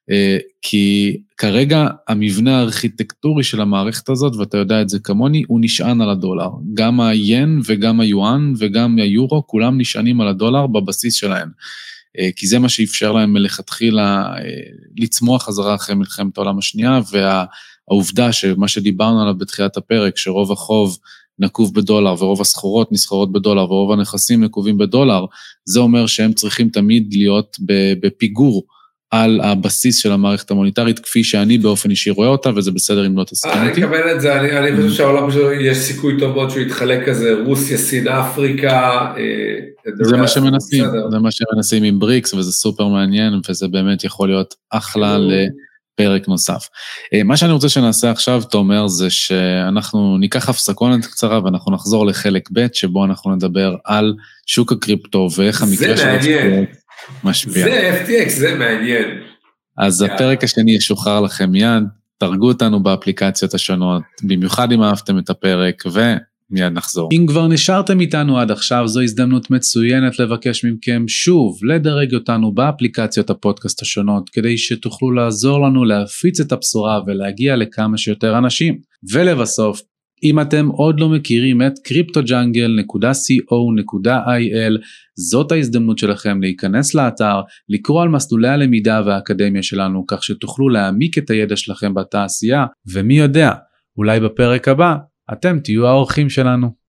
כי כרגע המבנה הארכיטקטורי של המערכת הזאת, ואתה יודע את זה כמוני, הוא נשען על הדולר. גם היין וגם היואן וגם היורו, כולם נשענים על הדולר בבסיס שלהם. כי זה מה שאפשר להם מלכתחילה לצמוח חזרה אחרי מלחמת העולם השנייה, והעובדה שמה שדיברנו עליו בתחילת הפרק, שרוב החוב נקוב בדולר, ורוב הסחורות נסחרות בדולר, ורוב הנכסים נקובים בדולר, זה אומר שהם צריכים תמיד להיות בפיגור, על הבסיס של המערכת המוניטרית, כפי שאני באופן אישי רואה אותה, וזה בסדר אם לא תסכים אותי. אני אקבל את זה, אני חושב שהעולם שלו יש סיכוי טוב מאוד שהוא יתחלק כזה, רוסיה, סין, אפריקה. זה מה שמנסים, זה מה שמנסים עם בריקס, וזה סופר מעניין, וזה באמת יכול להיות אחלה לפרק נוסף. מה שאני רוצה שנעשה עכשיו, תומר, זה שאנחנו ניקח הפסקונת קצרה, ואנחנו נחזור לחלק ב' שבו אנחנו נדבר על שוק הקריפטו, ואיך המקרה של הקריפטו משפיע. זה אף טי אקס, זה מעניין. אז הפרק השני ישוחרר לכם מיד, תרגו אותנו באפליקציות השונות, במיוחד אם אהבתם את הפרק, ומיד נחזור. אם כבר נשארתם איתנו עד עכשיו, זו הזדמנות מצוינת לבקש מכם שוב, לדרג אותנו באפליקציות הפודקאסט השונות, כדי שתוכלו לעזור לנו להפיץ את הבשורה ולהגיע לכמה שיותר אנשים. ולבסוף, אם אתם עוד לא מכירים את קריפטו ג'אנגל נקודה קו נקודה איי אל, זאת ההזדמנות שלכם להיכנס לאתר, לקרוא על מסלולי הלמידה והאקדמיה שלנו, כך שתוכלו להעמיק את הידע שלכם בתעשייה, ומי יודע, אולי בפרק הבא, אתם תהיו האורחים שלנו.